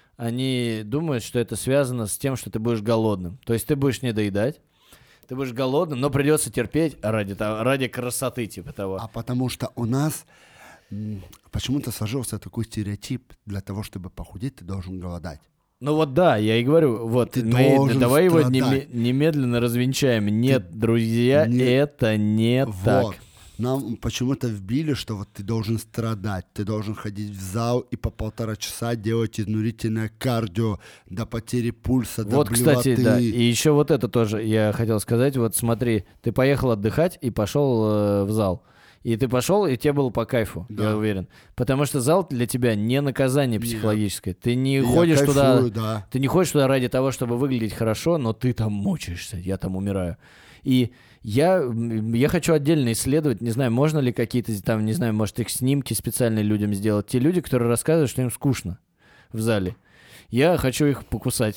они думают, что это связано с тем, что ты будешь голодным. То есть ты будешь не доедать, ты будешь голодным, но придется терпеть ради, того, ради красоты типа того. А потому что у нас м, почему-то сложился такой стереотип, для того, чтобы похудеть, ты должен голодать. Ну вот да, я и говорю, вот Ты мы, должен давай его страдать. неме- немедленно развенчаем. Нет, друзья, не- это не Вот. так. Нам почему-то вбили, что вот ты должен страдать, ты должен ходить в зал и по полтора часа делать изнурительное кардио до потери пульса, до Вот, кстати, блевоты. да. И еще вот это тоже я хотел сказать. Вот смотри, ты поехал отдыхать и пошел э, в зал. И ты пошел, и тебе было по кайфу, Да. я уверен. Потому что зал для тебя не наказание Нет. психологическое. Ты не И я ходишь туда. кайфую, да. Ты не ходишь туда ради того, чтобы выглядеть хорошо, но ты там мучаешься, я там умираю. И я, я хочу отдельно исследовать, не знаю, можно ли какие-то там, не знаю, может, их снимки специальные людям сделать. Те люди, которые рассказывают, что им скучно в зале. Я хочу их покусать.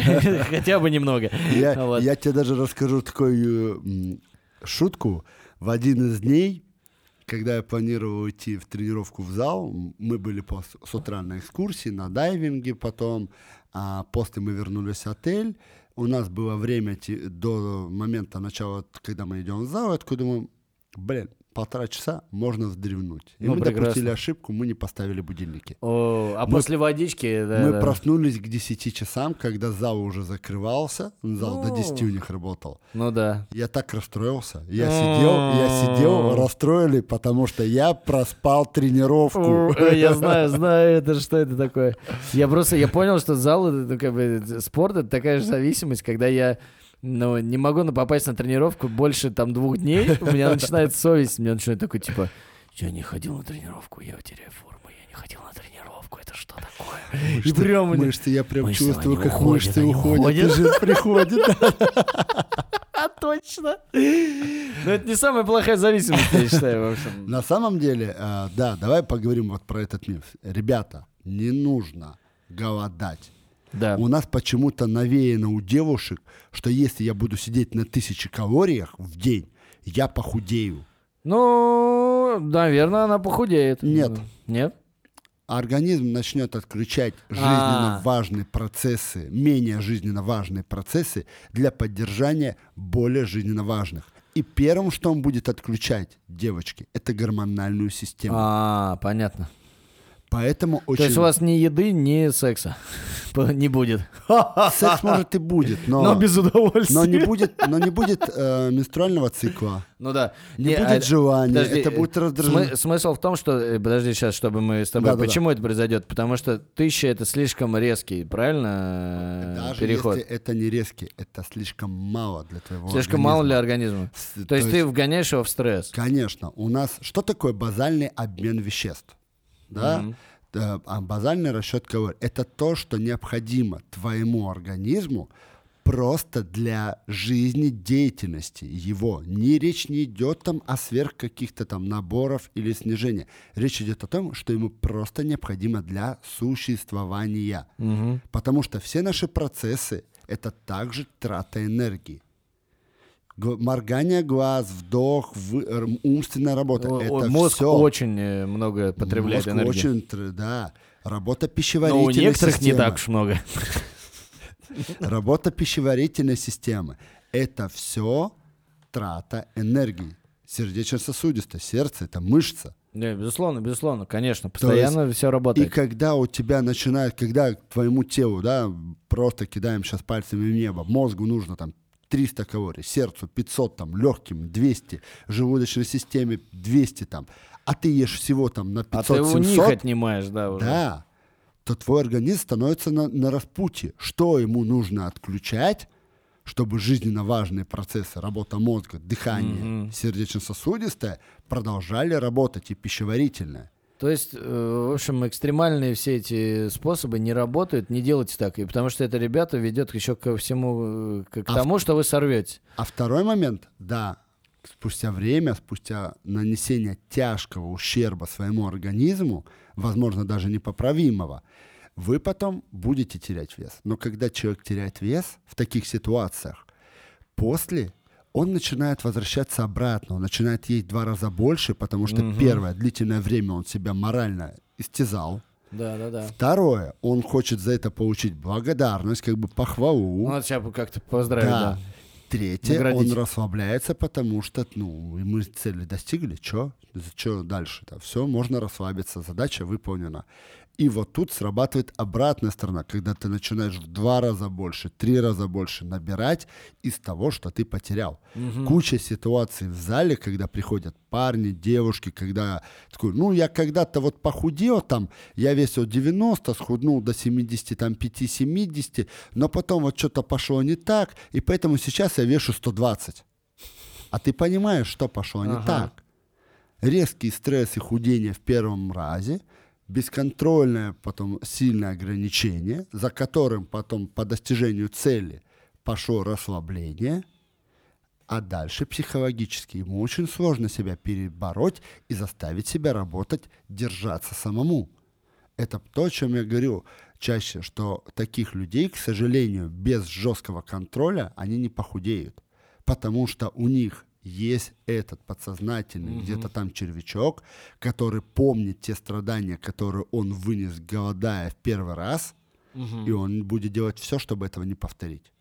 Хотя бы немного. Я, Вот. я тебе даже расскажу такую м, шутку. В один из дней, когда я планировал идти в тренировку в зал, мы были пос- с утра на экскурсии, на дайвинге, потом а после мы вернулись в отель. У нас было время те- до момента начала, когда мы идем в зал, я такой думаю, блин, полтора часа можно вздремнуть. И Ну, мы прекрасно. допустили ошибку, мы не поставили будильники. О, а Мы- после водички... да, мы да. проснулись к десяти часам, когда зал уже закрывался, зал Ну. до десяти у них работал. Ну да. Я так расстроился. Я сидел, я сидел расстроенный, потому что я проспал тренировку. Ой, Я знаю, знаю, это что это такое. Я просто, я понял, что зал, это, ну, как бы, спорт — это такая же зависимость, когда я, ну, не могу ну, попасть на тренировку больше там двух дней, у меня начинает совесть, у меня начинает такой, типа, я не ходил на тренировку, я теряю форму, я не ходил на тренировку, это что такое? И прям у меня- Мышцы, я прям Мышцы, чувствую, они как уходят, мышцы они уходят, и уходят. жир приходит. А, точно. Но это не самая плохая зависимость, я считаю, в общем. На самом деле, э, да, давай поговорим вот про этот миф. Ребята, не нужно голодать. Да. У нас почему-то навеяно у девушек, что если я буду сидеть на тысяче калориях в день, я похудею. Ну, наверное, она похудеет. Нет. Нет? Организм начнет отключать жизненно А. важные процессы, менее жизненно важные процессы для поддержания более жизненно важных. И первым, что он будет отключать, девочки, это гормональную систему. А, понятно. Поэтому очень... То есть у вас ни еды, ни секса не будет. Секс может и будет, но, Но без удовольствия. но не будет, но не будет э, менструального цикла, Ну да. не, а- будет желания, подожди, это будет раздражение. смы- Смысл в том, что... э, Подожди сейчас, чтобы мы с тобой... Да-да-да. Почему это произойдет? Потому что тысяча — это слишком резкий, правильно? э, Даже Переход. если это не резкий, это слишком мало для твоего Слишком мало для организма. организма. С- То есть ты вгоняешь его в стресс. Конечно, у нас что такое базальный обмен веществ? Да? Мгм. Да, а базальный расчет калорий — это то, что необходимо твоему организму просто для жизнедеятельности его. Не речь не идет там о сверх каких-то там наборов или снижения. Речь идет о том, что ему просто необходимо для существования. Мгм. Потому что все наши процессы — это также трата энергии. Г- Моргание глаз, вдох, вы- р- умственная работа — О- это о, Мозг все. очень э, много потребляет Мозг энергии. очень, тр- да. Работа Но пищеварительной у некоторых системы. не так уж много. Работа пищеварительной системы — это все трата энергии. Сердечно-сосудистая, сердце — это мышца. Не, безусловно, безусловно, конечно, постоянно все И работает. когда у тебя начинает, когда к твоему телу, да, просто кидаем сейчас пальцами в небо, мозгу нужно там триста калорий, сердцу пятьсот, там, легким двести, желудочной системе двести, там, а ты ешь всего там на А ты у них пятьсот-семьсот, отнимаешь, да, уже. да, то твой организм становится на, на распутье. Что ему нужно отключать, чтобы жизненно важные процессы, работа мозга, дыхание, mm-hmm. сердечно-сосудистое, продолжали работать, и пищеварительное. То есть, в общем, экстремальные все эти способы не работают, не делайте так, и потому что это, ребята, ведет еще ко всему, к, к а тому, в... что вы сорвете. А второй момент, да, спустя время, спустя нанесение тяжкого ущерба своему организму, возможно, даже непоправимого, вы потом будете терять вес. Но когда человек теряет вес в таких ситуациях, после он начинает возвращаться обратно, он начинает есть в два раза больше, потому что, угу. первое, длительное время он себя морально истязал. Да, да, да. Второе, он хочет за это получить благодарность, как бы похвалу. Ну, сейчас как-то поздравить, да. да. Третье, наградить. Он расслабляется, потому что, ну, мы цели достигли, что? Что дальше-то? Все, можно расслабиться, задача выполнена. И вот тут срабатывает обратная сторона, когда ты начинаешь в два раза больше, три раза больше набирать из того, что ты потерял. Угу. Куча ситуаций в зале, когда приходят парни, девушки, когда такой, ну, я когда-то вот похудел там, я весил девяносто, схуднул до семьдесят пять - семьдесят, но потом вот что-то пошло не так, и поэтому сейчас я вешу сто двадцать. А ты понимаешь, что пошло ага. не так. Резкий стресс и худение в первом разе, бесконтрольное потом сильное ограничение, за которым потом по достижению цели пошло расслабление, а дальше психологически ему очень сложно себя перебороть и заставить себя работать, держаться самому. Это то, о чем я говорю чаще, что таких людей, к сожалению, без жесткого контроля они не похудеют, потому что у них есть этот подсознательный, угу. где-то там червячок, который помнит те страдания, которые он вынес, голодая в первый раз, угу. и он будет делать все, чтобы этого не повторить.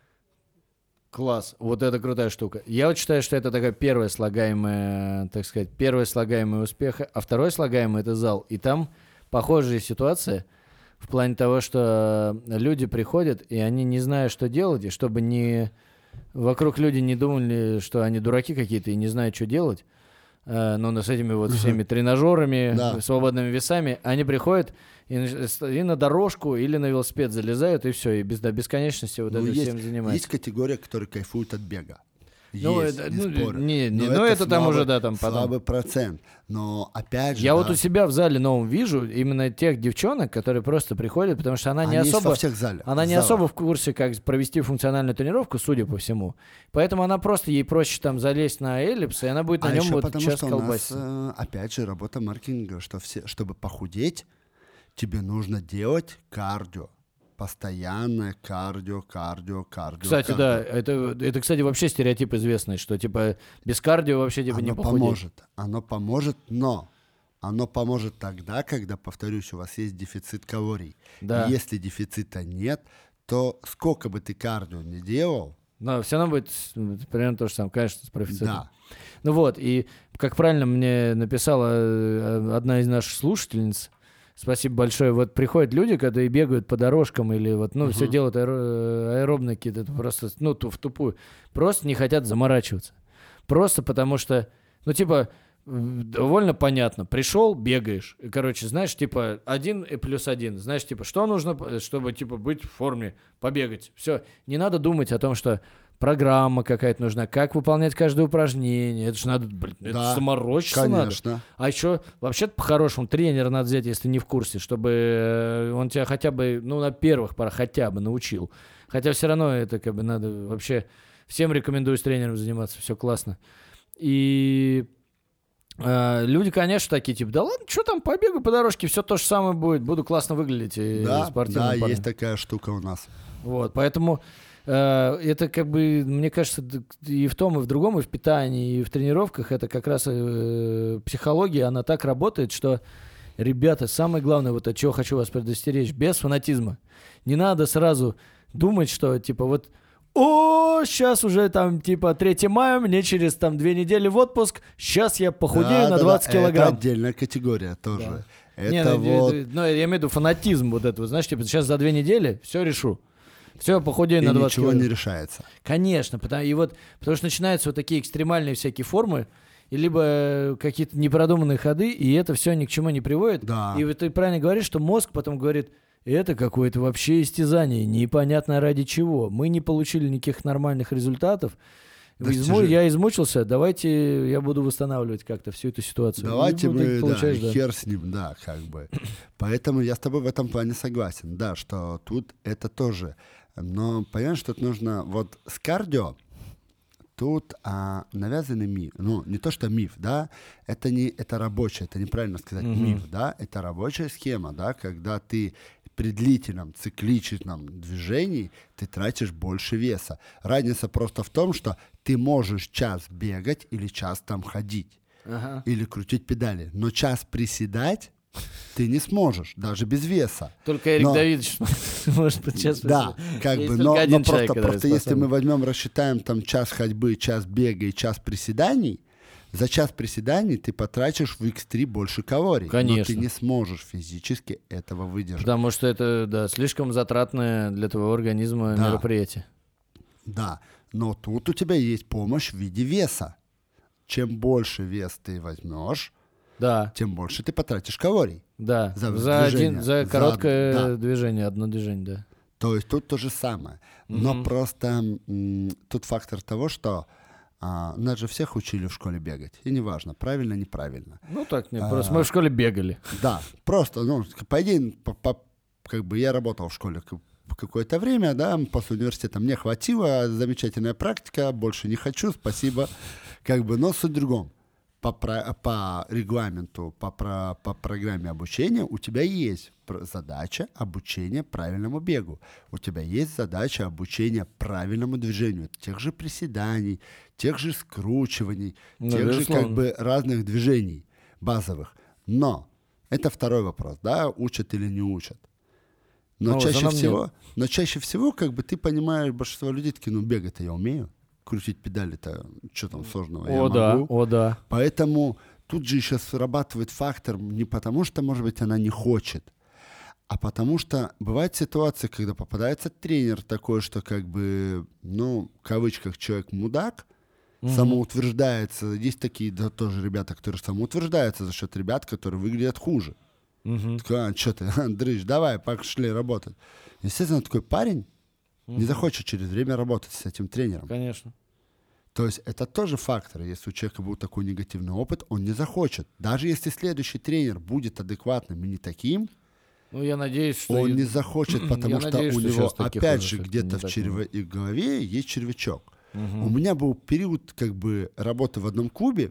Класс, вот это крутая штука. Я вот считаю, что это такая первая слагаемая, так сказать, первая слагаемая успеха, а второй слагаемый — это зал. И там похожая ситуация в плане того, что люди приходят, и они не знают, что делать, и чтобы не... Вокруг люди не думали, что они дураки какие-то и не знают, что делать. Uh, но с этими вот всеми тренажерами, да. свободными весами, они приходят и, и на дорожку или на велосипед залезают, и все, и без, до бесконечности вот ну, это всем занимаются. Есть категория, которая кайфует от бега. Ну, есть, это, не ну, спорю. Не, не, но ну это, это слабый, там уже, да, там потом. Слабый процент. Но опять же... Я да. вот у себя в зале новом вижу именно тех девчонок, которые просто приходят, потому что она Они не особо... во всех зале, она не особо в курсе, как провести функциональную тренировку, судя по всему. Поэтому она просто, ей проще там залезть на эллипс, и она будет а на нем вот потому, час что колбасить. У нас, опять же, работа маркетинга, что все, чтобы похудеть, тебе нужно делать кардио. Постоянное кардио, кардио, кардио. Кстати, кардио. да, это, это, кстати, вообще стереотип известный, что, типа, без кардио вообще типа, оно не похудеть. Поможет, оно поможет, но оно поможет тогда, когда, повторюсь, у вас есть дефицит калорий. Да. И если дефицита нет, то сколько бы ты кардио не делал... Но все равно будет примерно то же самое, конечно, с профицитом. Да. Ну вот, и как правильно мне написала одна из наших слушательниц, спасибо большое. Вот приходят люди, которые бегают по дорожкам или вот, ну, uh-huh. все делают аэро- аэробные какие-то, просто, ну, в тупую. Просто не хотят заморачиваться. Просто потому что, ну, типа, довольно понятно. Пришел, бегаешь. Короче, знаешь, типа, один и плюс один. Знаешь, типа, что нужно, чтобы, типа, быть в форме, побегать. Все. Не надо думать о том, что программа какая-то нужна, как выполнять каждое упражнение. Это же надо, блин, да, это заморочиться конечно. надо. А еще, вообще-то, по-хорошему, тренера надо взять, если ты не в курсе, чтобы он тебя хотя бы, ну, на первых порах хотя бы научил. Хотя все равно это, как бы, надо вообще... Всем рекомендую с тренером заниматься, все классно. И э, люди, конечно, такие, типа, да ладно, что там, побегаю по дорожке, все то же самое будет, буду классно выглядеть. И да, да, парнем. есть такая штука у нас. Вот, поэтому... Это как бы, мне кажется, и в том, и в другом, и в питании, и в тренировках это как раз э, психология, она так работает, что, ребята, самое главное, вот от чего хочу вас предостеречь, без фанатизма. Не надо сразу думать, что типа вот, о, сейчас уже там типа третьего мая, мне через там две недели в отпуск, сейчас я похудею да, на двадцать да, килограмм. Это отдельная категория тоже. Да. Это Не, ну, вот... ну, я имею в виду фанатизм вот этого, знаешь, типа сейчас за две недели все решу. Все, похудею на двадцать ничего килограмм. Не решается. Конечно, потому, и вот, потому что начинаются вот такие экстремальные всякие формы, и либо какие-то непродуманные ходы, и это все ни к чему не приводит. Да. И вот ты правильно говоришь, что мозг потом говорит, это какое-то вообще истязание, непонятно ради чего. Мы не получили никаких нормальных результатов. Изму... Я измучился, давайте я буду восстанавливать как-то всю эту ситуацию. Давайте мы, да, да, хер с ним, да, как бы. Поэтому я с тобой в этом плане согласен, да, что тут это тоже. Но понимаешь, что тут нужно, вот с кардио, тут а, навязанный миф, ну, не то, что миф, да, это не, это рабочее, это неправильно сказать mm-hmm. миф, да, это рабочая схема, да, когда ты при длительном цикличном движении ты тратишь больше веса. Разница просто в том, что ты можешь час бегать или час там ходить, ага. или крутить педали, но час приседать ты не сможешь, даже без веса. Только Эрик но, Давидович может быть час да, как бы, но, но просто, просто если мы возьмем, рассчитаем там час ходьбы, час бега и час приседаний, за час приседаний ты потратишь в икс три больше калорий. Конечно. Но ты не сможешь физически этого выдержать. Потому что это, да, слишком затратное для твоего организма да. мероприятие. Да, но тут у тебя есть помощь в виде веса. Чем больше вес ты возьмешь, да. тем больше ты потратишь калорий. Да, за, за, один, за короткое за, да. движение, одно движение, да. То есть тут то же самое. Mm-hmm. Но просто м, тут фактор того, что а, нас же всех учили в школе бегать. И неважно, правильно, неправильно. Ну так, нет, а, просто мы в школе бегали. Да, просто, ну, по идее, по, по, как бы я работал в школе какое-то время, да, после университета мне хватило, замечательная практика, больше не хочу, спасибо. Как бы, но суть в другом. По, по регламенту, по, по, по программе обучения у тебя есть задача обучения правильному бегу. У тебя есть задача обучения правильному движению. Тех же приседаний, тех же скручиваний, ну, тех же как бы разных движений базовых. Но это второй вопрос, да, учат или не учат. Но, чаще всего, но чаще всего как бы ты понимаешь, большинство людей такие, ну бегать-то я умею. Крутить педали-то, что там сложного, о, я да, могу. О, да. Поэтому тут же еще срабатывает фактор не потому, что, может быть, она не хочет, а потому что бывает ситуация, когда попадается тренер такой, что как бы, ну, в кавычках, человек мудак, mm-hmm. самоутверждается. Есть такие, да, тоже ребята, которые самоутверждаются за счет ребят, которые выглядят хуже. Mm-hmm. Такой, а, что ты, дрыщ, давай, пошли работать. Естественно, такой парень не захочет через время работать с этим тренером. Конечно. То есть это тоже фактор. Если у человека был такой негативный опыт, он не захочет. Даже если следующий тренер будет адекватным и не таким, ну, я надеюсь, что он я... не захочет, потому что надеюсь, у что него, опять же, уже где-то в черве и голове есть червячок. Угу. У меня был период как бы работы в одном клубе,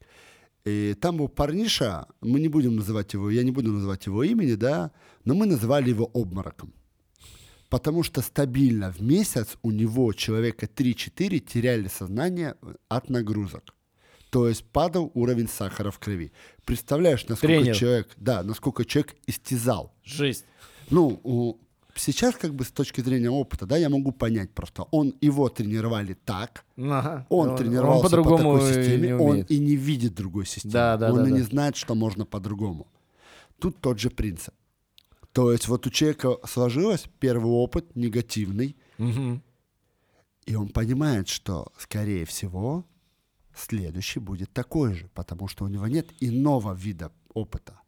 и там был парниша, мы не будем называть его, я не буду называть его имени, да, но мы называли его обмороком. Потому что стабильно в месяц у него человека три-четыре теряли сознание от нагрузок. То есть падал уровень сахара в крови. Представляешь, насколько Тренер. человек, да, насколько человек истязал. Жесть. Ну, у, сейчас как бы с точки зрения опыта, да, я могу понять просто. Он, его тренировали так, ага. он, он тренировался он по-другому по такой системе, он и не видит другой системы. Да, да, он да, и да. не знает, что можно по-другому. Тут тот же принцип. То есть вот у человека сложилось первый опыт негативный, угу. и он понимает, что, скорее всего, следующий будет такой же, потому что у него нет иного вида опыта.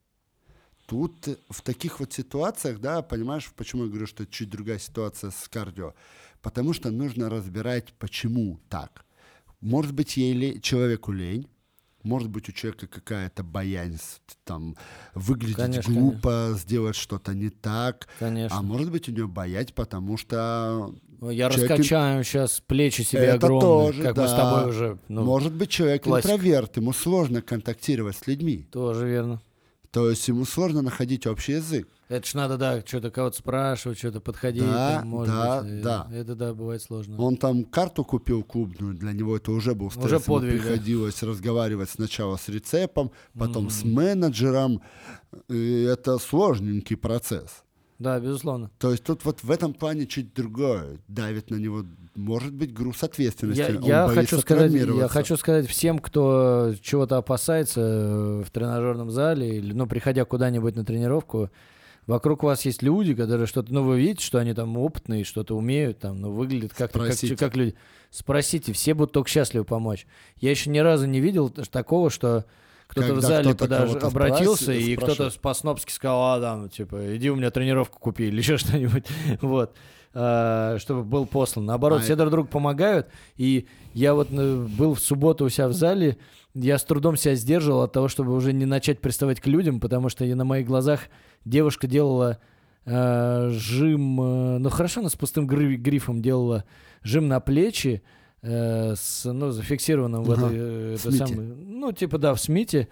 Тут в таких вот ситуациях, да, понимаешь, почему я говорю, что это чуть другая ситуация с кардио? Потому что нужно разбирать, почему так. Может быть, ей лень, человеку лень, может быть, у человека какая-то боязнь там, выглядеть конечно, глупо, конечно. сделать что-то не так. Конечно. А может быть, у него боязнь, потому что... Я человек... раскачаю сейчас плечи себе Это огромные, тоже, как да. мы с тобой уже... Ну, может быть, человек классика. интроверт, ему сложно контактировать с людьми. Тоже верно. То есть ему сложно находить общий язык. Это ж надо, да, что-то кого-то спрашивать, что-то подходить. Да, там, может да, быть, да. Это, да, бывает сложно. Он там карту купил клубную, для него это уже был стресс. Уже подвиг, ему приходилось да. разговаривать сначала с рецепом, потом mm-hmm. с менеджером. И это сложненький процесс. Да, безусловно. То есть тут вот в этом плане чуть другое. Давит на него, может быть, груз ответственности. Я, Он я, боится хочу сказать, я хочу сказать всем, кто чего-то опасается в тренажерном зале, или, ну, приходя куда-нибудь на тренировку, вокруг вас есть люди, которые что-то, ну, вы видите, что они там опытные, что-то умеют, там, ну, выглядят как-то как, как люди. Спросите, все будут только счастливы помочь. Я еще ни разу не видел такого, что кто-то Когда в зале кто-то подож... обратился, спроси, и спрашивает. кто-то по-снобски сказал, а, да, ну, типа, иди у меня тренировку купи или еще что-нибудь, вот, а, чтобы был послан. Наоборот, А все друг другу помогают, и я вот ну, был в субботу у себя в зале, я с трудом себя сдерживал от того, чтобы уже не начать приставать к людям, потому что на моих глазах девушка делала э, жим, э, ну хорошо, она с пустым гри- грифом делала жим на плечи, э, с, ну, зафиксированным в Ага, этой, э, в это Смите. самое, ну типа да, в Смите,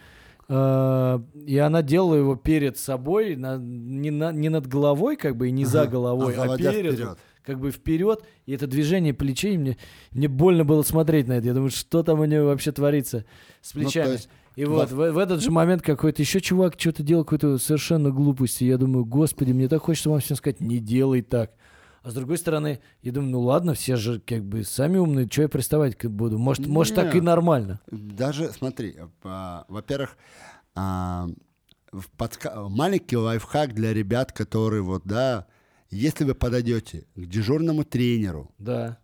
э, и она делала его перед собой, на, не, на, не над головой как бы и не Ага, за головой, а а, заводя перед. вперед. Как бы вперед, и это движение плечей, мне, мне больно было смотреть на это. Я думаю, что там у нее вообще творится с Ну, плечами. то есть и во- вот в, в этот же момент какой-то еще чувак что-то делал, какую-то совершенно глупость. И я думаю, господи, мне так хочется вам всем сказать, не делай так. А с другой стороны, я думаю, ну ладно, все же как бы сами умные, что я приставать к- буду? Может, может так и Не. нормально. Даже, смотри, а, во-первых, а, в подка- маленький лайфхак для ребят, которые вот, да, если вы подойдете к дежурному тренеру Да.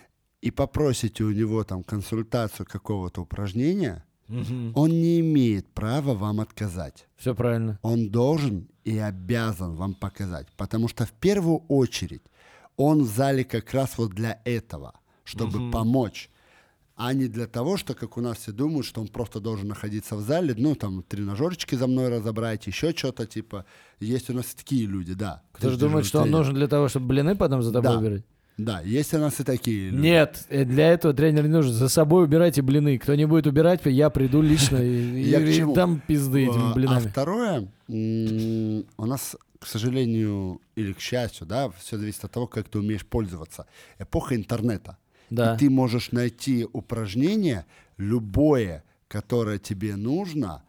и попросите у него там консультацию какого-то упражнения, Мгм. он не имеет права вам отказать. Все правильно. Он должен и обязан вам показать, потому что в первую очередь он в зале как раз вот для этого, чтобы Мгм. помочь, а не для того, что, как у нас все думают, что он просто должен находиться в зале, ну, там, тренажерчики за мной разобрать, еще что-то, типа, есть у нас такие люди, да. Кто же дежурный думает, что он тренер. нужен для того, чтобы блины потом за тобой Да. убирать? Да, есть у нас и такие люди. Нет, э, для этого тренер не нужен. За собой убирайте блины. Кто не будет убирать, я приду лично и, Я и- к и чему? дам пизды А, этими А блинами. второе, м, у нас, к сожалению, или к счастью, да, все зависит от того, как ты умеешь пользоваться. Эпоха интернета. Да. И ты можешь найти упражнение, любое, которое тебе нужно,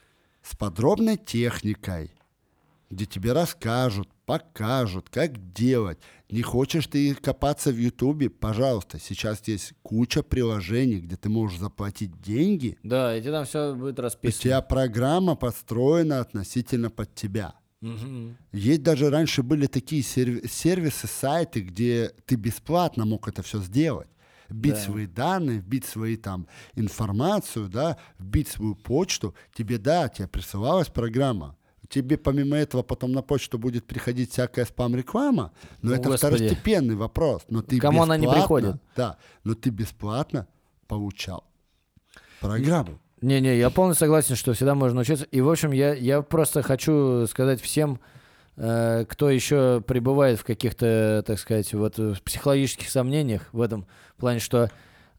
с подробной техникой, где тебе расскажут, покажут, как делать. Не хочешь ты копаться в Ютубе? Пожалуйста, сейчас есть куча приложений, где ты можешь заплатить деньги, Да, и тебе там все будет и у расписано. тебя программа построена относительно под тебя. Мгм. Есть даже раньше были такие серви- сервисы, сайты, где ты бесплатно мог это все сделать. Вбить Да. свои данные, вбить свои там информацию, да, вбить свою почту. Тебе, да, тебе присылалась программа. Тебе помимо этого потом на почту будет приходить всякая спам-реклама, но Ну, это господи. второстепенный вопрос. Но ты Кому она не бесплатно- приходит? Да, но ты бесплатно получал программу. Не-не, я полностью согласен, что всегда можно учиться. И, в общем, я, я просто хочу сказать всем, э, кто еще пребывает в каких-то, так сказать, вот в психологических сомнениях в этом плане, что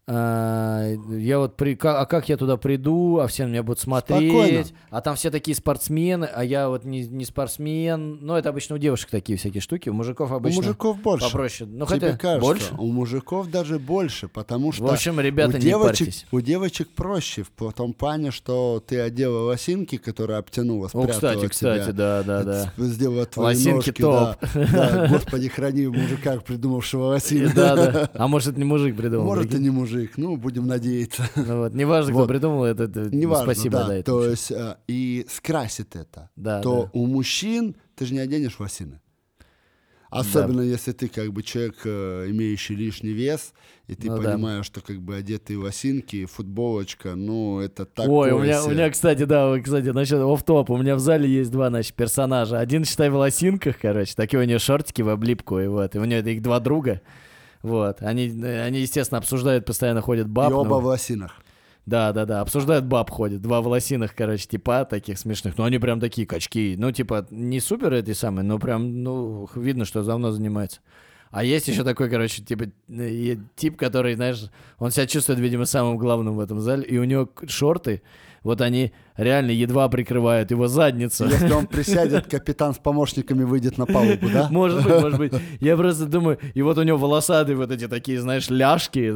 э, я вот при... ка- а как я туда приду, а все на меня будут смотреть, Спокойно. а там все такие спортсмены, а я вот не, не спортсмен. Ну, это обычно у девушек такие всякие штуки, у мужиков обычно У мужиков больше. попроще. Ну, Тебе хотя кажется, больше. у мужиков даже больше, потому что В общем, ребята, у не девочек, парьтесь. у девочек проще в том плане, что ты одела лосинки, которые обтянула, О, спрятала кстати, от кстати, тебя. да, да, да. Это сделала твои Лосинки ножки, топ. да. Да, господи, храни мужика, придумавшего лосины. Да, да. А может, это не мужик придумал? Может, прикинь? и не мужик, ну, будем надеяться. Ну вот, неважно, кто Вот. придумал это, это Неважно, спасибо, да, да. это то очень- есть э, и скрасит это. Да, то да. у мужчин ты же не оденешь лосины. Особенно если ты как бы человек, э, имеющий лишний вес, и ты Ну да. понимаешь, что как бы одетые лосинки, футболочка, ну это такое Ой, у меня, у себе. меня, кстати, да, вот, кстати, насчет офф-топ, у меня в зале есть два, значит, персонажа. Один, считай, в лосинках, короче, такие у него шортики в облипку, и вот, и у него их два друга, вот, они, они, естественно, обсуждают, постоянно ходят баб. И оба ну, в лосинах. Да, да, да, обсуждают баб ходят, два в лосинах, короче, типа таких смешных, но они прям такие качки, ну, типа, не супер эти самые, но прям, ну, видно, что давно занимается. А есть еще такой, короче, типа, э, тип, который, знаешь, он себя чувствует, видимо, самым главным в этом зале, и у него к- шорты, вот они реально едва прикрывают его задницу. Если он присядет, капитан с помощниками выйдет на палубу, да? Может быть, может быть. Я просто думаю, и вот у него волосатые вот эти такие, знаешь, ляжки.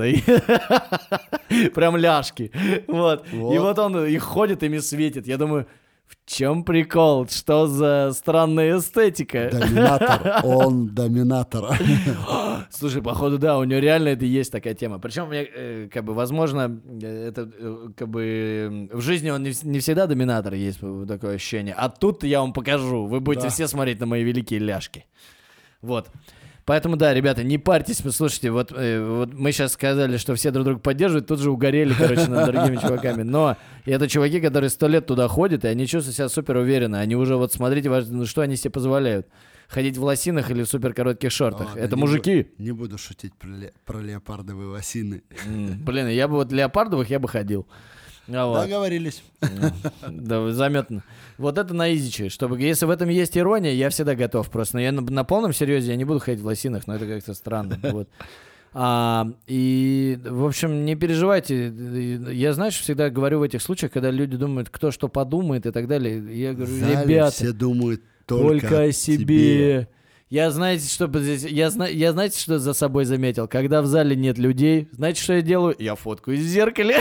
да, прям ляжки. Вот. И Вот. вот он их ходит, ими светит. Я думаю, в чем прикол? Что за странная эстетика? Доминатор, он доминатор. Слушай, походу, да, у него реально это есть такая тема. Причем, э, как бы, возможно, это, э, как бы, в жизни он не, не всегда доминатор, есть такое ощущение. А тут я вам покажу. Вы будете Да. все смотреть на мои великие ляжки. Вот. Поэтому, да, ребята, не парьтесь, слушайте, вот, э, вот мы сейчас сказали, что все друг друга поддерживают, тут же угорели, короче, над другими чуваками. Но это чуваки, которые сто лет туда ходят, и они чувствуют себя супер уверенно. Они уже, вот смотрите, ну, что они себе позволяют. Ходить в лосинах или в супер коротких шортах. Ладно, это не мужики. бу- Не буду шутить про, ле- про леопардовые лосины. М, Блин, я бы вот леопардовых я бы ходил. А вот. Договорились. Да, заметно. Вот это на изичи, чтобы, если в этом есть ирония, я всегда готов просто. Но я на, на полном серьезе я не буду ходить в лосинах, но это как-то странно. Вот. А, и, в общем, не переживайте. Я, знаешь, всегда говорю в этих случаях, когда люди думают, кто что подумает и так далее. Я говорю, В зале ребята, все думают только, только о тебе. себе. Я знаете, что здесь, я, зна, я знаете, что за собой заметил? Когда в зале нет людей, знаете, что я делаю? Я фоткаюсь в зеркале.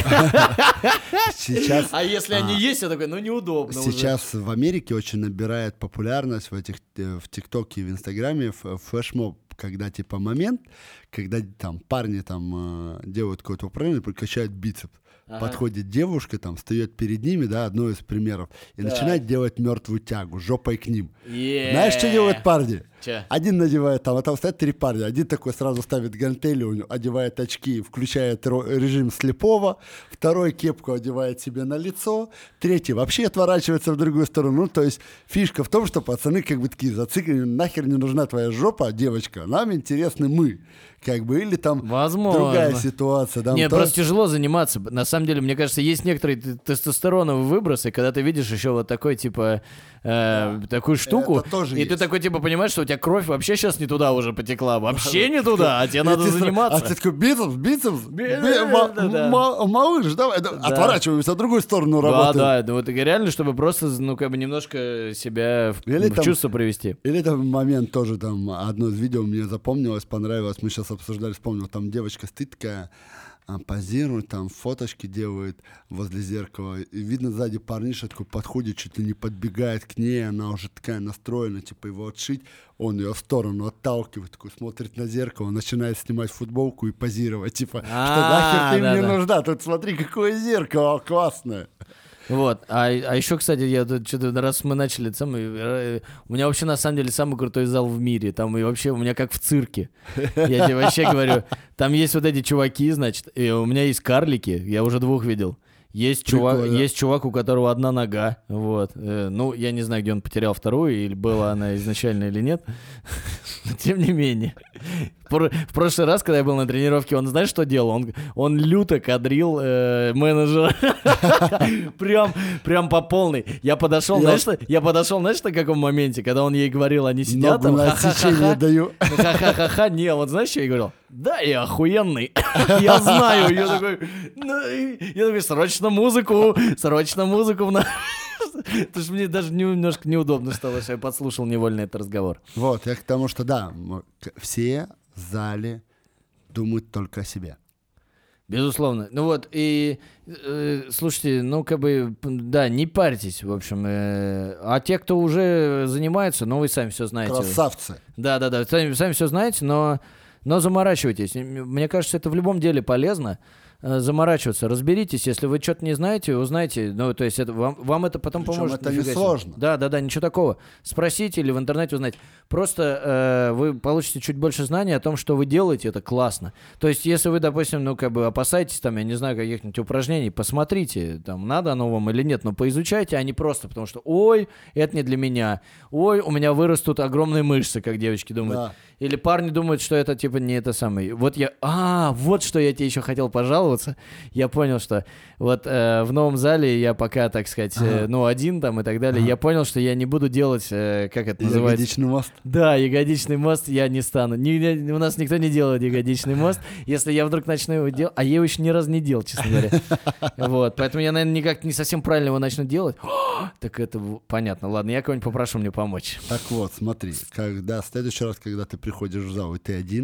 Сейчас, А если они а, есть, я такой, ну неудобно уже. сейчас в Америке очень набирает популярность в этих э, в ТикТоке и в Инстаграме ф- флешмоб, когда типа момент, когда там парни там э, делают какое-то упражнение, прокачают бицепс. Ага. Подходит девушка, там встает перед ними, да, одно из примеров, и Так. начинает делать мертвую тягу жопой к ним. Е-е-е. Знаешь, что делают парни? Чё? Один надевает там, а там стоят три парня. Один такой сразу ставит гантели, у него, одевает очки, включает ро- режим слепого. Второй кепку одевает себе на лицо. Третий вообще отворачивается в другую сторону. Ну, то есть фишка в том, что пацаны как бы такие зациклены. Нахер не нужна твоя жопа, девочка. Нам интересны мы. Как бы, или там Возможно. другая ситуация. Да, Нет, то просто есть- тяжело заниматься. На самом деле, мне кажется, есть некоторые т- тестостероновые выбросы, когда ты видишь еще вот такой, типа, э, такую штуку, это тоже и есть. ты такой, типа, понимаешь, что у тебя кровь вообще сейчас не туда уже потекла. Вообще не туда, а тебе И надо ты сра- заниматься. А ты такой, бицепс, бицепс, Би- би- ма- да, да. ма- малыш, давай, да, отворачиваемся, в другую сторону Да, работаем. да, ну вот реально, чтобы просто, ну, как бы немножко себя в, Или в там- чувство привести. Или там момент тоже, там, одно из видео мне запомнилось, понравилось, мы сейчас обсуждали, вспомнил, там девочка стоит такая, а, позирует, там фоточки делает возле зеркала, и видно сзади парниша такой подходит, чуть ли не подбегает к ней, она уже такая настроена, типа его отшить, он ее в сторону отталкивает, такой смотрит на зеркало, начинает снимать футболку и позировать, типа, что А, нахер ты мне да-да. нужна, тут смотри, какое зеркало классное. Вот, а, а еще, кстати, я тут что-то, раз мы начали, самый, э, у меня вообще на самом деле самый крутой зал в мире, там и вообще у меня как в цирке, я тебе вообще говорю, там есть вот эти чуваки, значит, и у меня есть карлики, я уже двух видел. Есть чувак, Прикольно. есть чувак, у которого одна нога, вот. Э, ну, я не знаю, где он потерял вторую, или была она изначально или нет, но тем не менее. Пр- В прошлый раз, когда я был на тренировке, он, знаешь, что делал? Он, он люто кадрил э, менеджера. Прям, прям по полной. Я подошел, Я- знаешь, что? Я подошел, знаешь, на каком моменте, когда он ей говорил, они сидят Ногу там, на отсечение ха-ха-ха-ха. даю. Ха-ха-ха-ха, не, вот знаешь, что я говорил? Да, я охуенный. Я знаю. Я такой, ну, и- я такой, срочно музыку, срочно музыку. в на-». Потому что мне даже немножко неудобно стало, что я подслушал невольно этот разговор. Вот, я к тому, что да, м- к- все в зале думают только о себе. Безусловно. Ну вот, и э, слушайте, ну как бы, п- да, не парьтесь, в общем. э, а те, кто уже занимается, ну вы сами все знаете. Красавцы. Да-да-да, сами, сами все знаете, но, но заморачивайтесь. М- Мне кажется, это в любом деле полезно. э, Заморачиваться, разберитесь, если вы что-то не знаете, узнайте, ну, то есть это, вам, вам это потом Причем поможет. это нифига себе. несложно. Да, да, да, ничего такого. Спросите или в интернете узнать. Просто э, вы получите чуть больше знаний о том, что вы делаете, это классно. То есть, если вы, допустим, ну, как бы опасаетесь, там, я не знаю, каких-нибудь упражнений, посмотрите, там, надо оно вам или нет, но поизучайте, а не просто, потому что, ой, это не для меня, ой, у меня вырастут огромные мышцы, как девочки думают. Да. Или парни думают, что это типа не это самое. Вот я... А, вот что я тебе еще хотел пожаловаться. Я понял, что вот э, в новом зале я пока, так сказать, э, Ага. ну, один там и так далее, я понял, что я не буду делать, э, как это называется? Ягодичный мост. Да, ягодичный мост я не стану. Ни- ни- у нас никто не делает ягодичный мост. Если я вдруг начну его делать... А я его еще ни разу не делал, честно говоря. Вот, поэтому я, наверное, никак не совсем правильно его начну делать. Так это в- понятно. Ладно, я кого-нибудь попрошу мне помочь. Так вот, смотри, когда в следующий раз, когда ты приходишь в зал, и ты один,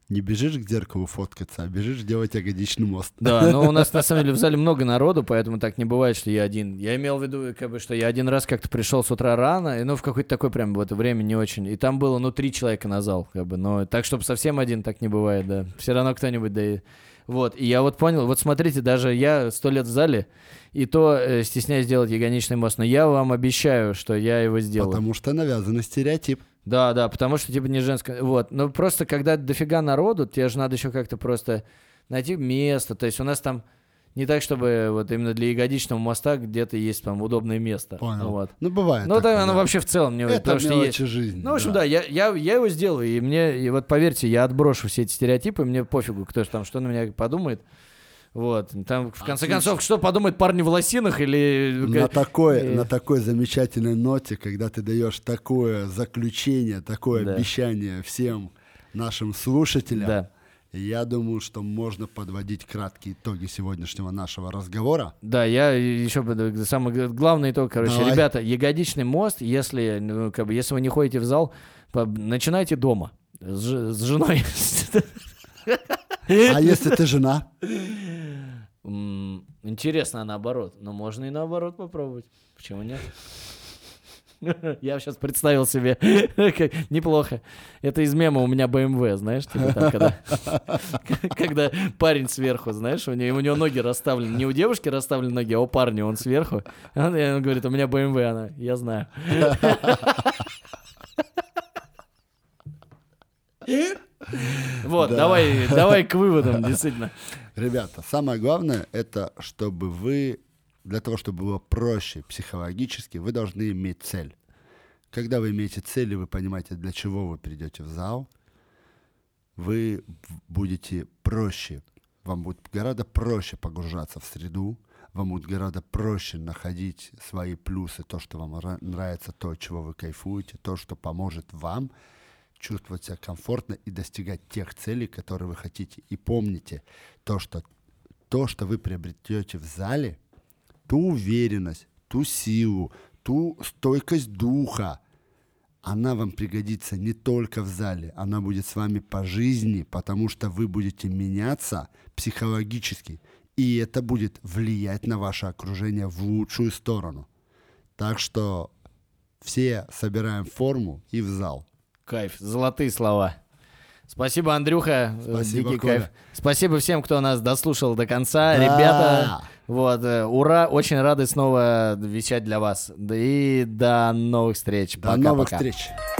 Не бежишь к зеркалу фоткаться, а бежишь делать ягодичный мост. Да, но у нас на самом деле в зале много народу, поэтому так не бывает, что я один. Я имел в виду, как бы, что я один раз как-то пришел с утра рано, и, ну, в какое-то такое прям в это время не очень. И там было, ну, три человека на зал, как бы, но так, чтобы совсем один, так не бывает, да. Все равно кто-нибудь, да и... Вот, и я вот понял, вот смотрите, даже я сто лет в зале, и то э, стесняюсь делать ягодичный мост, но я вам обещаю, что я его сделаю. Потому что навязанный стереотип. Да, да, потому что типа не женское. Вот. Но просто когда дофига народу, тебе же надо еще как-то просто найти место. То есть у нас там не так, чтобы вот именно для ягодичного моста где-то есть там удобное место. Понял. Вот. Ну, бывает. Ну, такое, да, оно да. вообще в целом не Это потому что мелочи есть. жизни. Ну, в общем, да. да, я, я, я его сделаю, и мне, и вот поверьте, я отброшу все эти стереотипы, мне пофигу, кто же там, что на меня подумает. Вот, там, в конце Отлично. концов, что подумают парни в лосинах или... На такой, э, на такой замечательной ноте, когда ты даешь такое заключение, такое Да. обещание всем нашим слушателям, Да. я думаю, что можно подводить краткие итоги сегодняшнего нашего разговора. Да, я еще буду самый г- главный итог, короче, Давай. ребята, ягодичный мост, если, ну, как бы, если вы не ходите в зал, по- начинайте дома с, ж- с женой. А если ты жена? М, Интересно, а наоборот. Но можно и наоборот попробовать. Почему нет? Я сейчас представил себе, как- неплохо. Это из мема «У меня бэ эм вэ», знаешь, типа там, когда, когда парень сверху, знаешь, у него, у него ноги расставлены. Не у девушки расставлены ноги, а у парня он сверху. Он, и он говорит: «У меня бэ эм вэ», она, я знаю. Вот, Да. давай, давай к выводам, действительно. Ребята, самое главное, это чтобы вы, для того, чтобы было проще психологически, вы должны иметь цель. Когда вы имеете цель, и вы понимаете, для чего вы придете в зал, вы будете проще, вам будет гораздо проще погружаться в среду, вам будет гораздо проще находить свои плюсы, то, что вам ра- нравится, то, от чего вы кайфуете, то, что поможет вам чувствовать себя комфортно и достигать тех целей, которые вы хотите. И помните, то, что, то, что вы приобретете в зале, ту уверенность, ту силу, ту стойкость духа, она вам пригодится не только в зале, она будет с вами по жизни, потому что вы будете меняться психологически, и это будет влиять на ваше окружение в лучшую сторону. Так что все собираем форму и в зал. Кайф, золотые слова. Спасибо, Андрюха. Спасибо, Дикий Коля. кайф. Спасибо всем, кто нас дослушал до конца. Да. Ребята, вот, э, ура, очень рады снова вещать для вас. Да и до новых встреч. До Пока-пока. новых встреч.